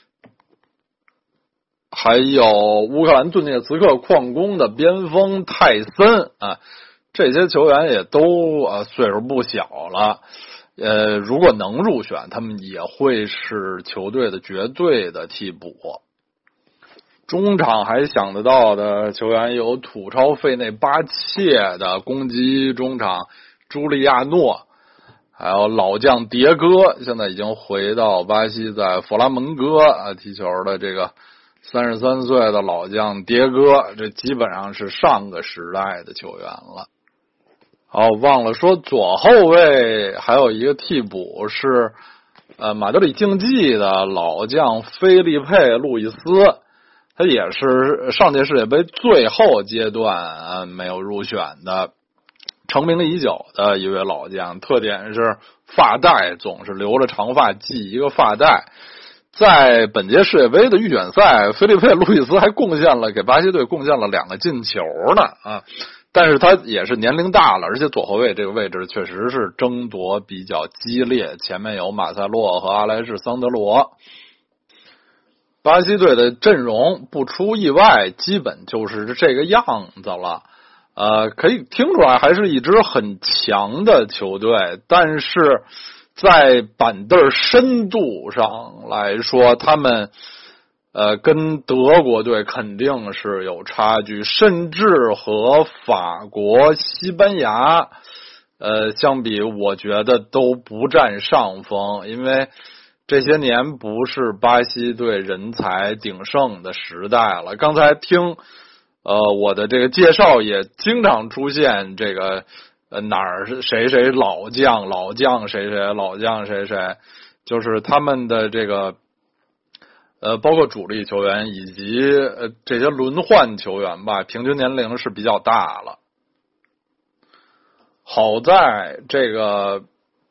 还有乌克兰顿涅茨克矿工的边锋泰森啊，这些球员也都啊岁数不小了，呃，如果能入选，他们也会是球队的绝对的替补。中场还想得到的球员有土超费内巴切的攻击中场朱利亚诺，还有老将迭戈，现在已经回到巴西在弗拉门戈啊踢球的这个三十三岁的老将迭戈，这基本上是上个时代的球员了。好，忘了说左后卫还有一个替补是呃马德里竞技的老将菲利佩路易斯，他也是上届世界杯最后阶段、呃、没有入选的，成名已久的一位老将，特点是发带，总是留着长发系一个发带。在本届世界杯的预选赛，菲利佩路易斯还贡献了给巴西队贡献了两个进球呢啊！但是他也是年龄大了，而且左后卫这个位置确实是争夺比较激烈，前面有马塞洛和阿莱士桑德罗。巴西队的阵容不出意外基本就是这个样子了，呃，可以听出来还是一支很强的球队，但是在板凳深度上来说，他们呃跟德国队肯定是有差距，甚至和法国、西班牙呃相比，我觉得都不占上风，因为这些年不是巴西队人才鼎盛的时代了。刚才听呃我的这个介绍也经常出现这个呃哪儿是谁谁老将老将谁谁老将谁谁，就是他们的这个呃包括主力球员以及呃这些轮换球员吧，平均年龄是比较大了。好在这个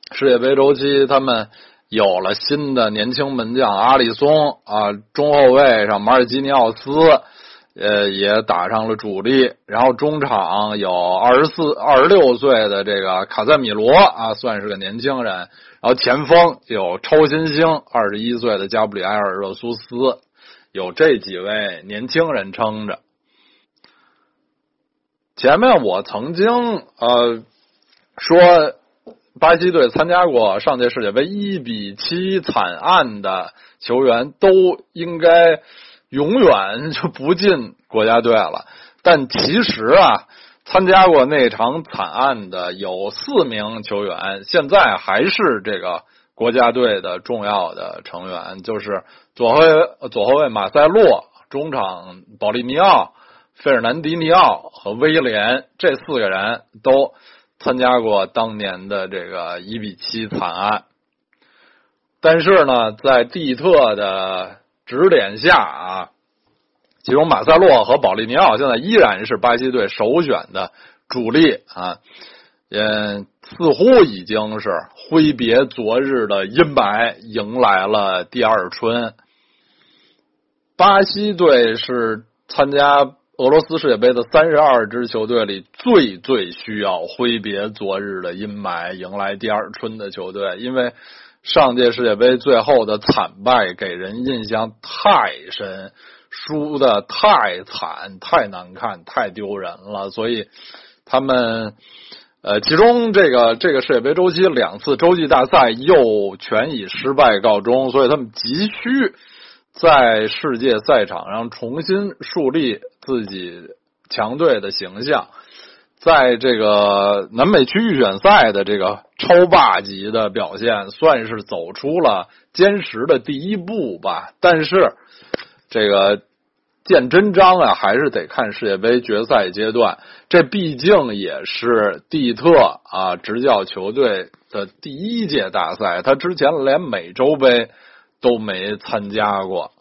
世界杯周期他们有了新的年轻门将阿里松啊，中后卫上马尔基尼奥斯呃也打上了主力，然后中场有二十四、二十六岁的这个卡塞米罗啊，算是个年轻人，然后前锋有超新星二十一岁的加布里埃尔热苏斯，有这几位年轻人撑着。前面我曾经呃说巴西队参加过上届世界杯一比七惨案的球员都应该永远就不进国家队了，但其实啊参加过那场惨案的有四名球员现在还是这个国家队的重要的成员，就是左后卫左后卫马塞洛，中场保利尼奥、费尔南迪尼奥和威廉，这四个人都参加过当年的这个一比七惨案。但是呢，在蒂特的指点下啊，其中马塞洛和保利尼奥现在依然是巴西队首选的主力啊，嗯，似乎已经是挥别昨日的阴霾，迎来了第二春。巴西队是参加俄罗斯世界杯的三十二支球队里最最需要挥别昨日的阴霾，迎来第二春的球队，因为上届世界杯最后的惨败给人印象太深，输的太惨、太难看、太丢人了，所以他们呃，其中这个这个世界杯周期两次洲际大赛又全以失败告终，所以他们急需在世界赛场上重新树立自己强队的形象，在这个南美区预选赛的这个超霸级的表现算是走出了坚实的第一步吧，但是这个见真章啊，还是得看世界杯决赛阶段，这毕竟也是蒂特啊执教球队的第一届大赛，他之前连美洲杯都没参加过。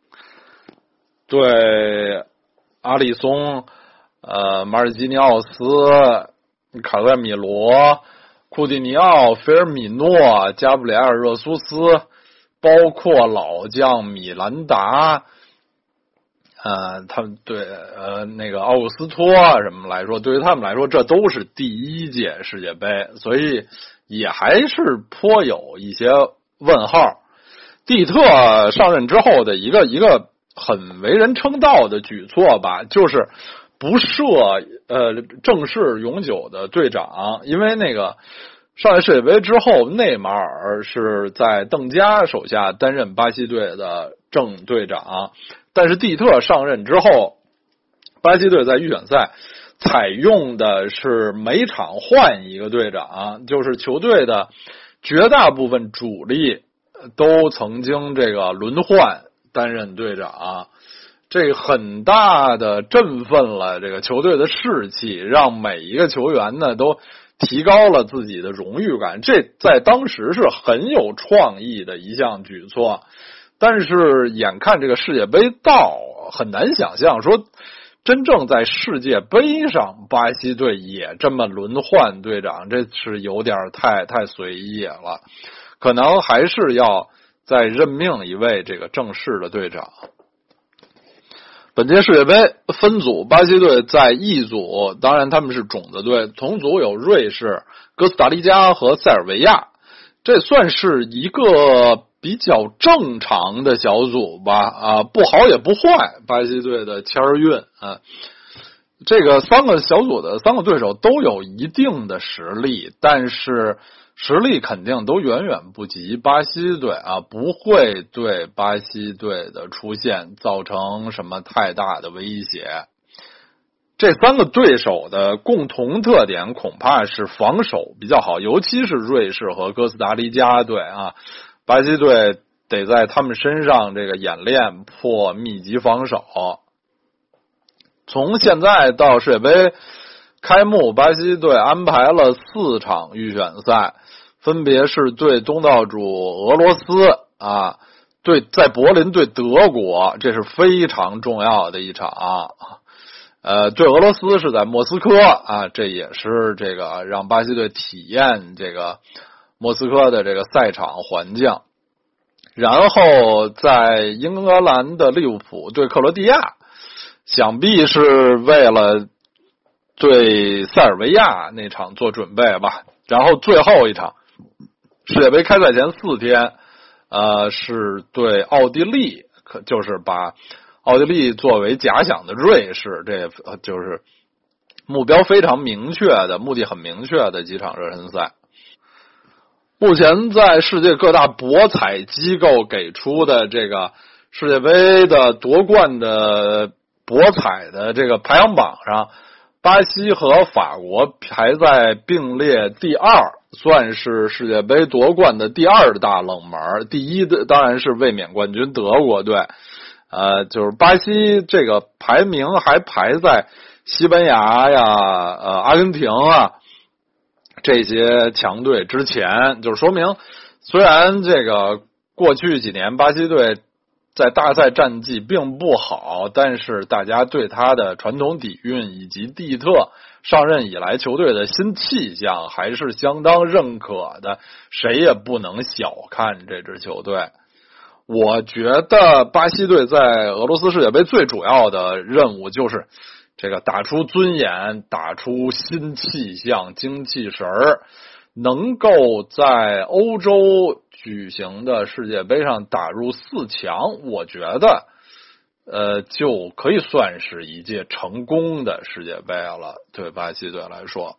对阿里松、呃马尔基尼奥斯、卡塞米罗、库蒂尼奥、菲尔米诺、加布里埃尔热苏斯，包括老将米兰达，呃，他们对呃那个奥古斯托什么来说，对于他们来说，这都是第一届世界杯，所以也还是颇有一些问号。蒂特上任之后的一个一个很为人称道的举措吧，就是不设呃正式永久的队长，因为那个上届世界杯之后，内马尔是在邓加手下担任巴西队的正队长，但是蒂特上任之后，巴西队在预选赛采用的是每场换一个队长，就是球队的绝大部分主力都曾经这个轮换担任队长，这很大的振奋了这个球队的士气，让每一个球员呢都提高了自己的荣誉感，这在当时是很有创意的一项举措。但是眼看这个世界杯到，很难想象说真正在世界杯上巴西队也这么轮换队长，这是有点太太随意了，可能还是要再任命一位这个正式的队长。本届世界杯分组，巴西队在 E 组，当然他们是种子队，同组有瑞士、哥斯达黎加和塞尔维亚，这算是一个比较正常的小组吧，啊，不好也不坏，巴西队的签儿运啊。这个三个小组的三个对手都有一定的实力，但是实力肯定都远远不及巴西队啊，不会对巴西队的出现造成什么太大的威胁。这三个对手的共同特点恐怕是防守比较好，尤其是瑞士和哥斯达黎加队啊，巴西队得在他们身上这个演练破密集防守。从现在到世界杯开幕，巴西队安排了四场预选赛，分别是对东道主俄罗斯啊，对在柏林对德国，这是非常重要的一场。呃，对俄罗斯是在莫斯科啊，这也是这个让巴西队体验这个莫斯科的这个赛场还将，然后在英格兰的利物浦对克罗地亚，想必是为了对塞尔维亚那场做准备吧。然后最后一场世界杯开赛前四天，呃，是对奥地利，可就是把奥地利作为假想的瑞士，这就是目标非常明确的、目的很明确的几场热身赛。目前在世界各大博彩机构给出的这个世界杯的夺冠的博彩的这个排行榜上，巴西和法国排在并列第二，算是世界杯夺冠的第二大冷门。第一的当然是卫冕冠军德国队，呃，就是巴西这个排名还排在西班牙呀、呃阿根廷啊这些强队之前，就是说明虽然这个过去几年巴西队在大赛战绩并不好，但是大家对他的传统底蕴以及蒂特上任以来球队的新气象还是相当认可的，谁也不能小看这支球队。我觉得巴西队在俄罗斯世界杯最主要的任务就是这个打出尊严，打出新气象、精气神儿，能够在欧洲举行的世界杯上打入四强，我觉得呃就可以算是一届成功的世界杯了，对巴西队来说。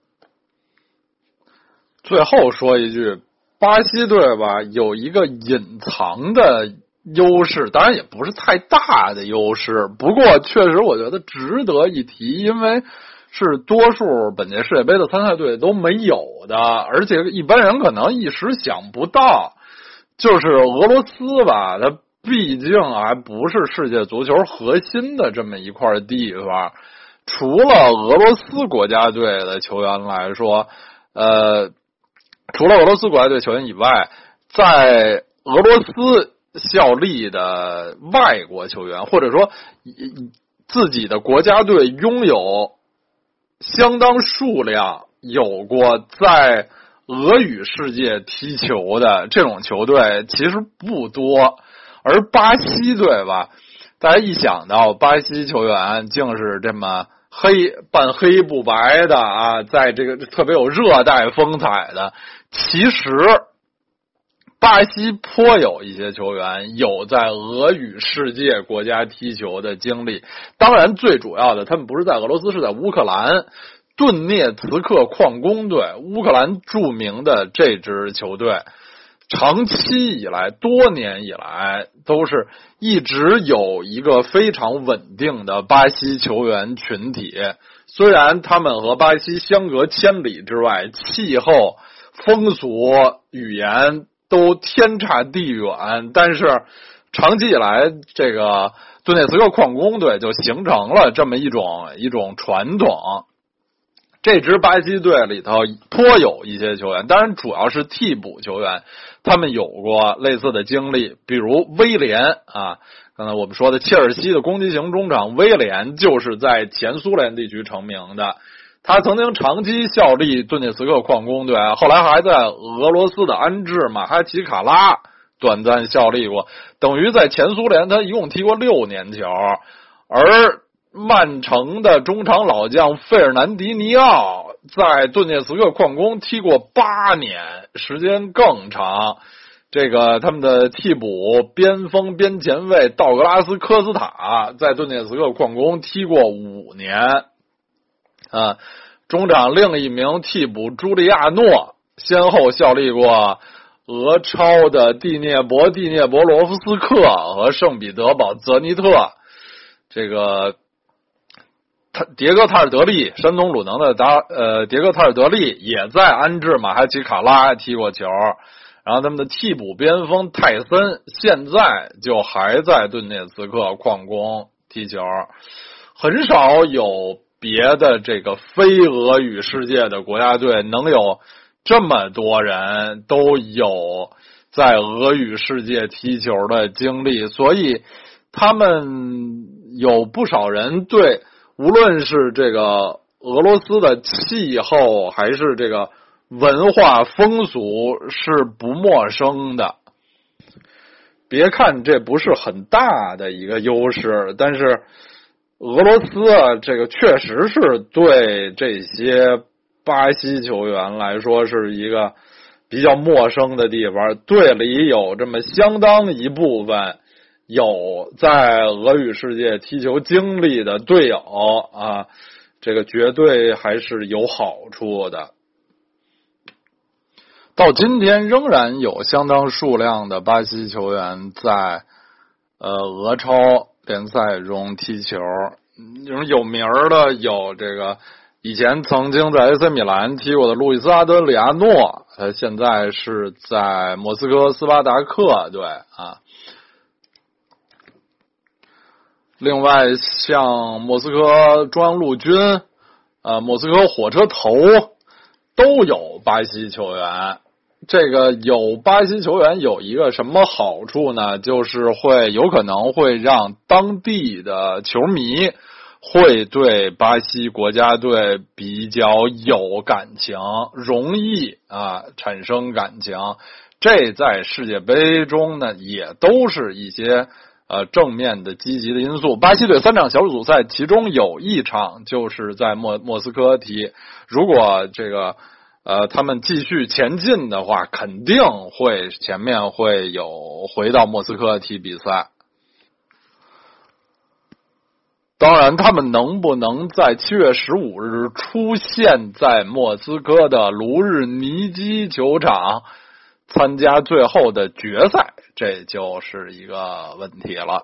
最后说一句，巴西队吧有一个隐藏的优势，当然也不是太大的优势，不过确实我觉得值得一提，因为是多数本届世界杯的参赛队都没有的，而且一般人可能一时想不到，就是俄罗斯吧，它毕竟还不是世界足球核心的这么一块地方，除了俄罗斯国家队的球员来说，呃，除了俄罗斯国家队球员以外，在俄罗斯效力的外国球员，或者说自己的国家队拥有相当数量有过在俄语世界踢球的这种球队其实不多，而巴西队吧，大家一想到巴西球员竟是这么黑半黑不白的啊，在这个特别有热带风采的，其实巴西颇有一些球员有在俄语世界国家踢球的经历，当然最主要的他们不是在俄罗斯，是在乌克兰顿涅茨克矿工队，乌克兰著名的这支球队长期以来多年以来都是一直有一个非常稳定的巴西球员群体，虽然他们和巴西相隔千里之外，气候、风俗、语言都天差地远，但是长期以来这个顿涅茨克矿工队就形成了这么一种一种传统。这支巴西队里头颇有一些球员，当然主要是替补球员，他们有过类似的经历，比如威廉啊，刚才我们说的切尔西的攻击型中场威廉就是在前苏联地区成名的，他曾经长期效力顿涅茨克矿工队，后来还在俄罗斯的安治马哈齐卡拉短暂效力过，等于在前苏联他一共踢过六年球，而曼城的中场老将费尔南迪尼奥在顿涅茨克矿工踢过八年，时间更长。这个他们的替补边锋边前卫道格拉斯科斯塔在顿涅茨克矿工踢过五年啊，中场另一名替补朱利亚诺先后效力过俄超的蒂涅博蒂涅博罗夫斯克和圣彼得堡泽尼特。这个他迭戈塔尔德利，山东鲁能的达呃迭戈塔尔德利也在安治马哈齐卡拉踢过球，然后他们的替补边锋泰森现在就还在顿涅茨克矿工踢球，很少有别的这个非俄语世界的国家队能有这么多人都有在俄语世界踢球的经历，所以他们有不少人对无论是这个俄罗斯的气候还是这个文化风俗是不陌生的。别看这不是很大的一个优势，但是俄罗斯啊，这个确实是对这些巴西球员来说是一个比较陌生的地方。队里有这么相当一部分有在俄语世界踢球经历的队友啊，这个绝对还是有好处的。到今天仍然有相当数量的巴西球员在呃俄超联赛中踢球，有名的有这个以前曾经在 A C 米兰踢过的路易斯·阿德里亚诺，他现在是在莫斯科斯巴达克队啊。另外像莫斯科中央陆军、呃莫斯科火车头都有巴西球员。这个有巴西球员有一个什么好处呢？就是会有可能会让当地的球迷会对巴西国家队比较有感情，容易啊产生感情。这在世界杯中呢也都是一些呃正面的积极的因素。巴西队三场小组赛其中有一场就是在莫莫斯科踢，如果这个呃，他们继续前进的话，肯定会前面会有回到莫斯科踢比赛。当然，他们能不能在七月十五日出现在莫斯科的卢日尼基球场参加最后的决赛，这就是一个问题了。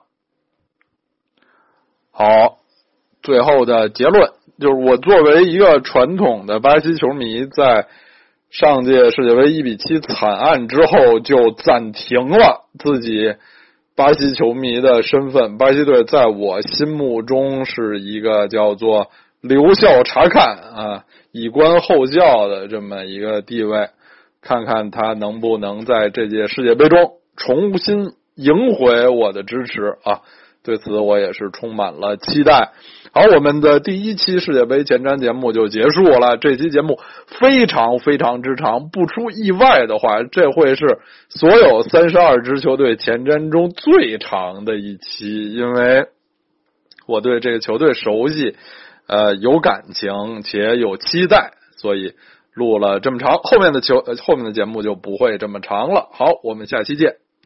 好，最后的结论。就是我作为一个传统的巴西球迷，在上届世界杯一比七惨案之后就暂停了自己巴西球迷的身份。巴西队在我心目中是一个叫做留校察看啊，以观后效的这么一个地位，看看他能不能在这届世界杯中重新赢回我的支持啊。对此我也是充满了期待。好，我们的第一期世界杯前瞻节目就结束了。这期节目非常非常之长，不出意外的话，这会是所有三十二支球队前瞻中最长的一期，因为我对这个球队熟悉，呃，有感情且有期待，所以录了这么长。后面的球，后面的节目就不会这么长了。好，我们下期见。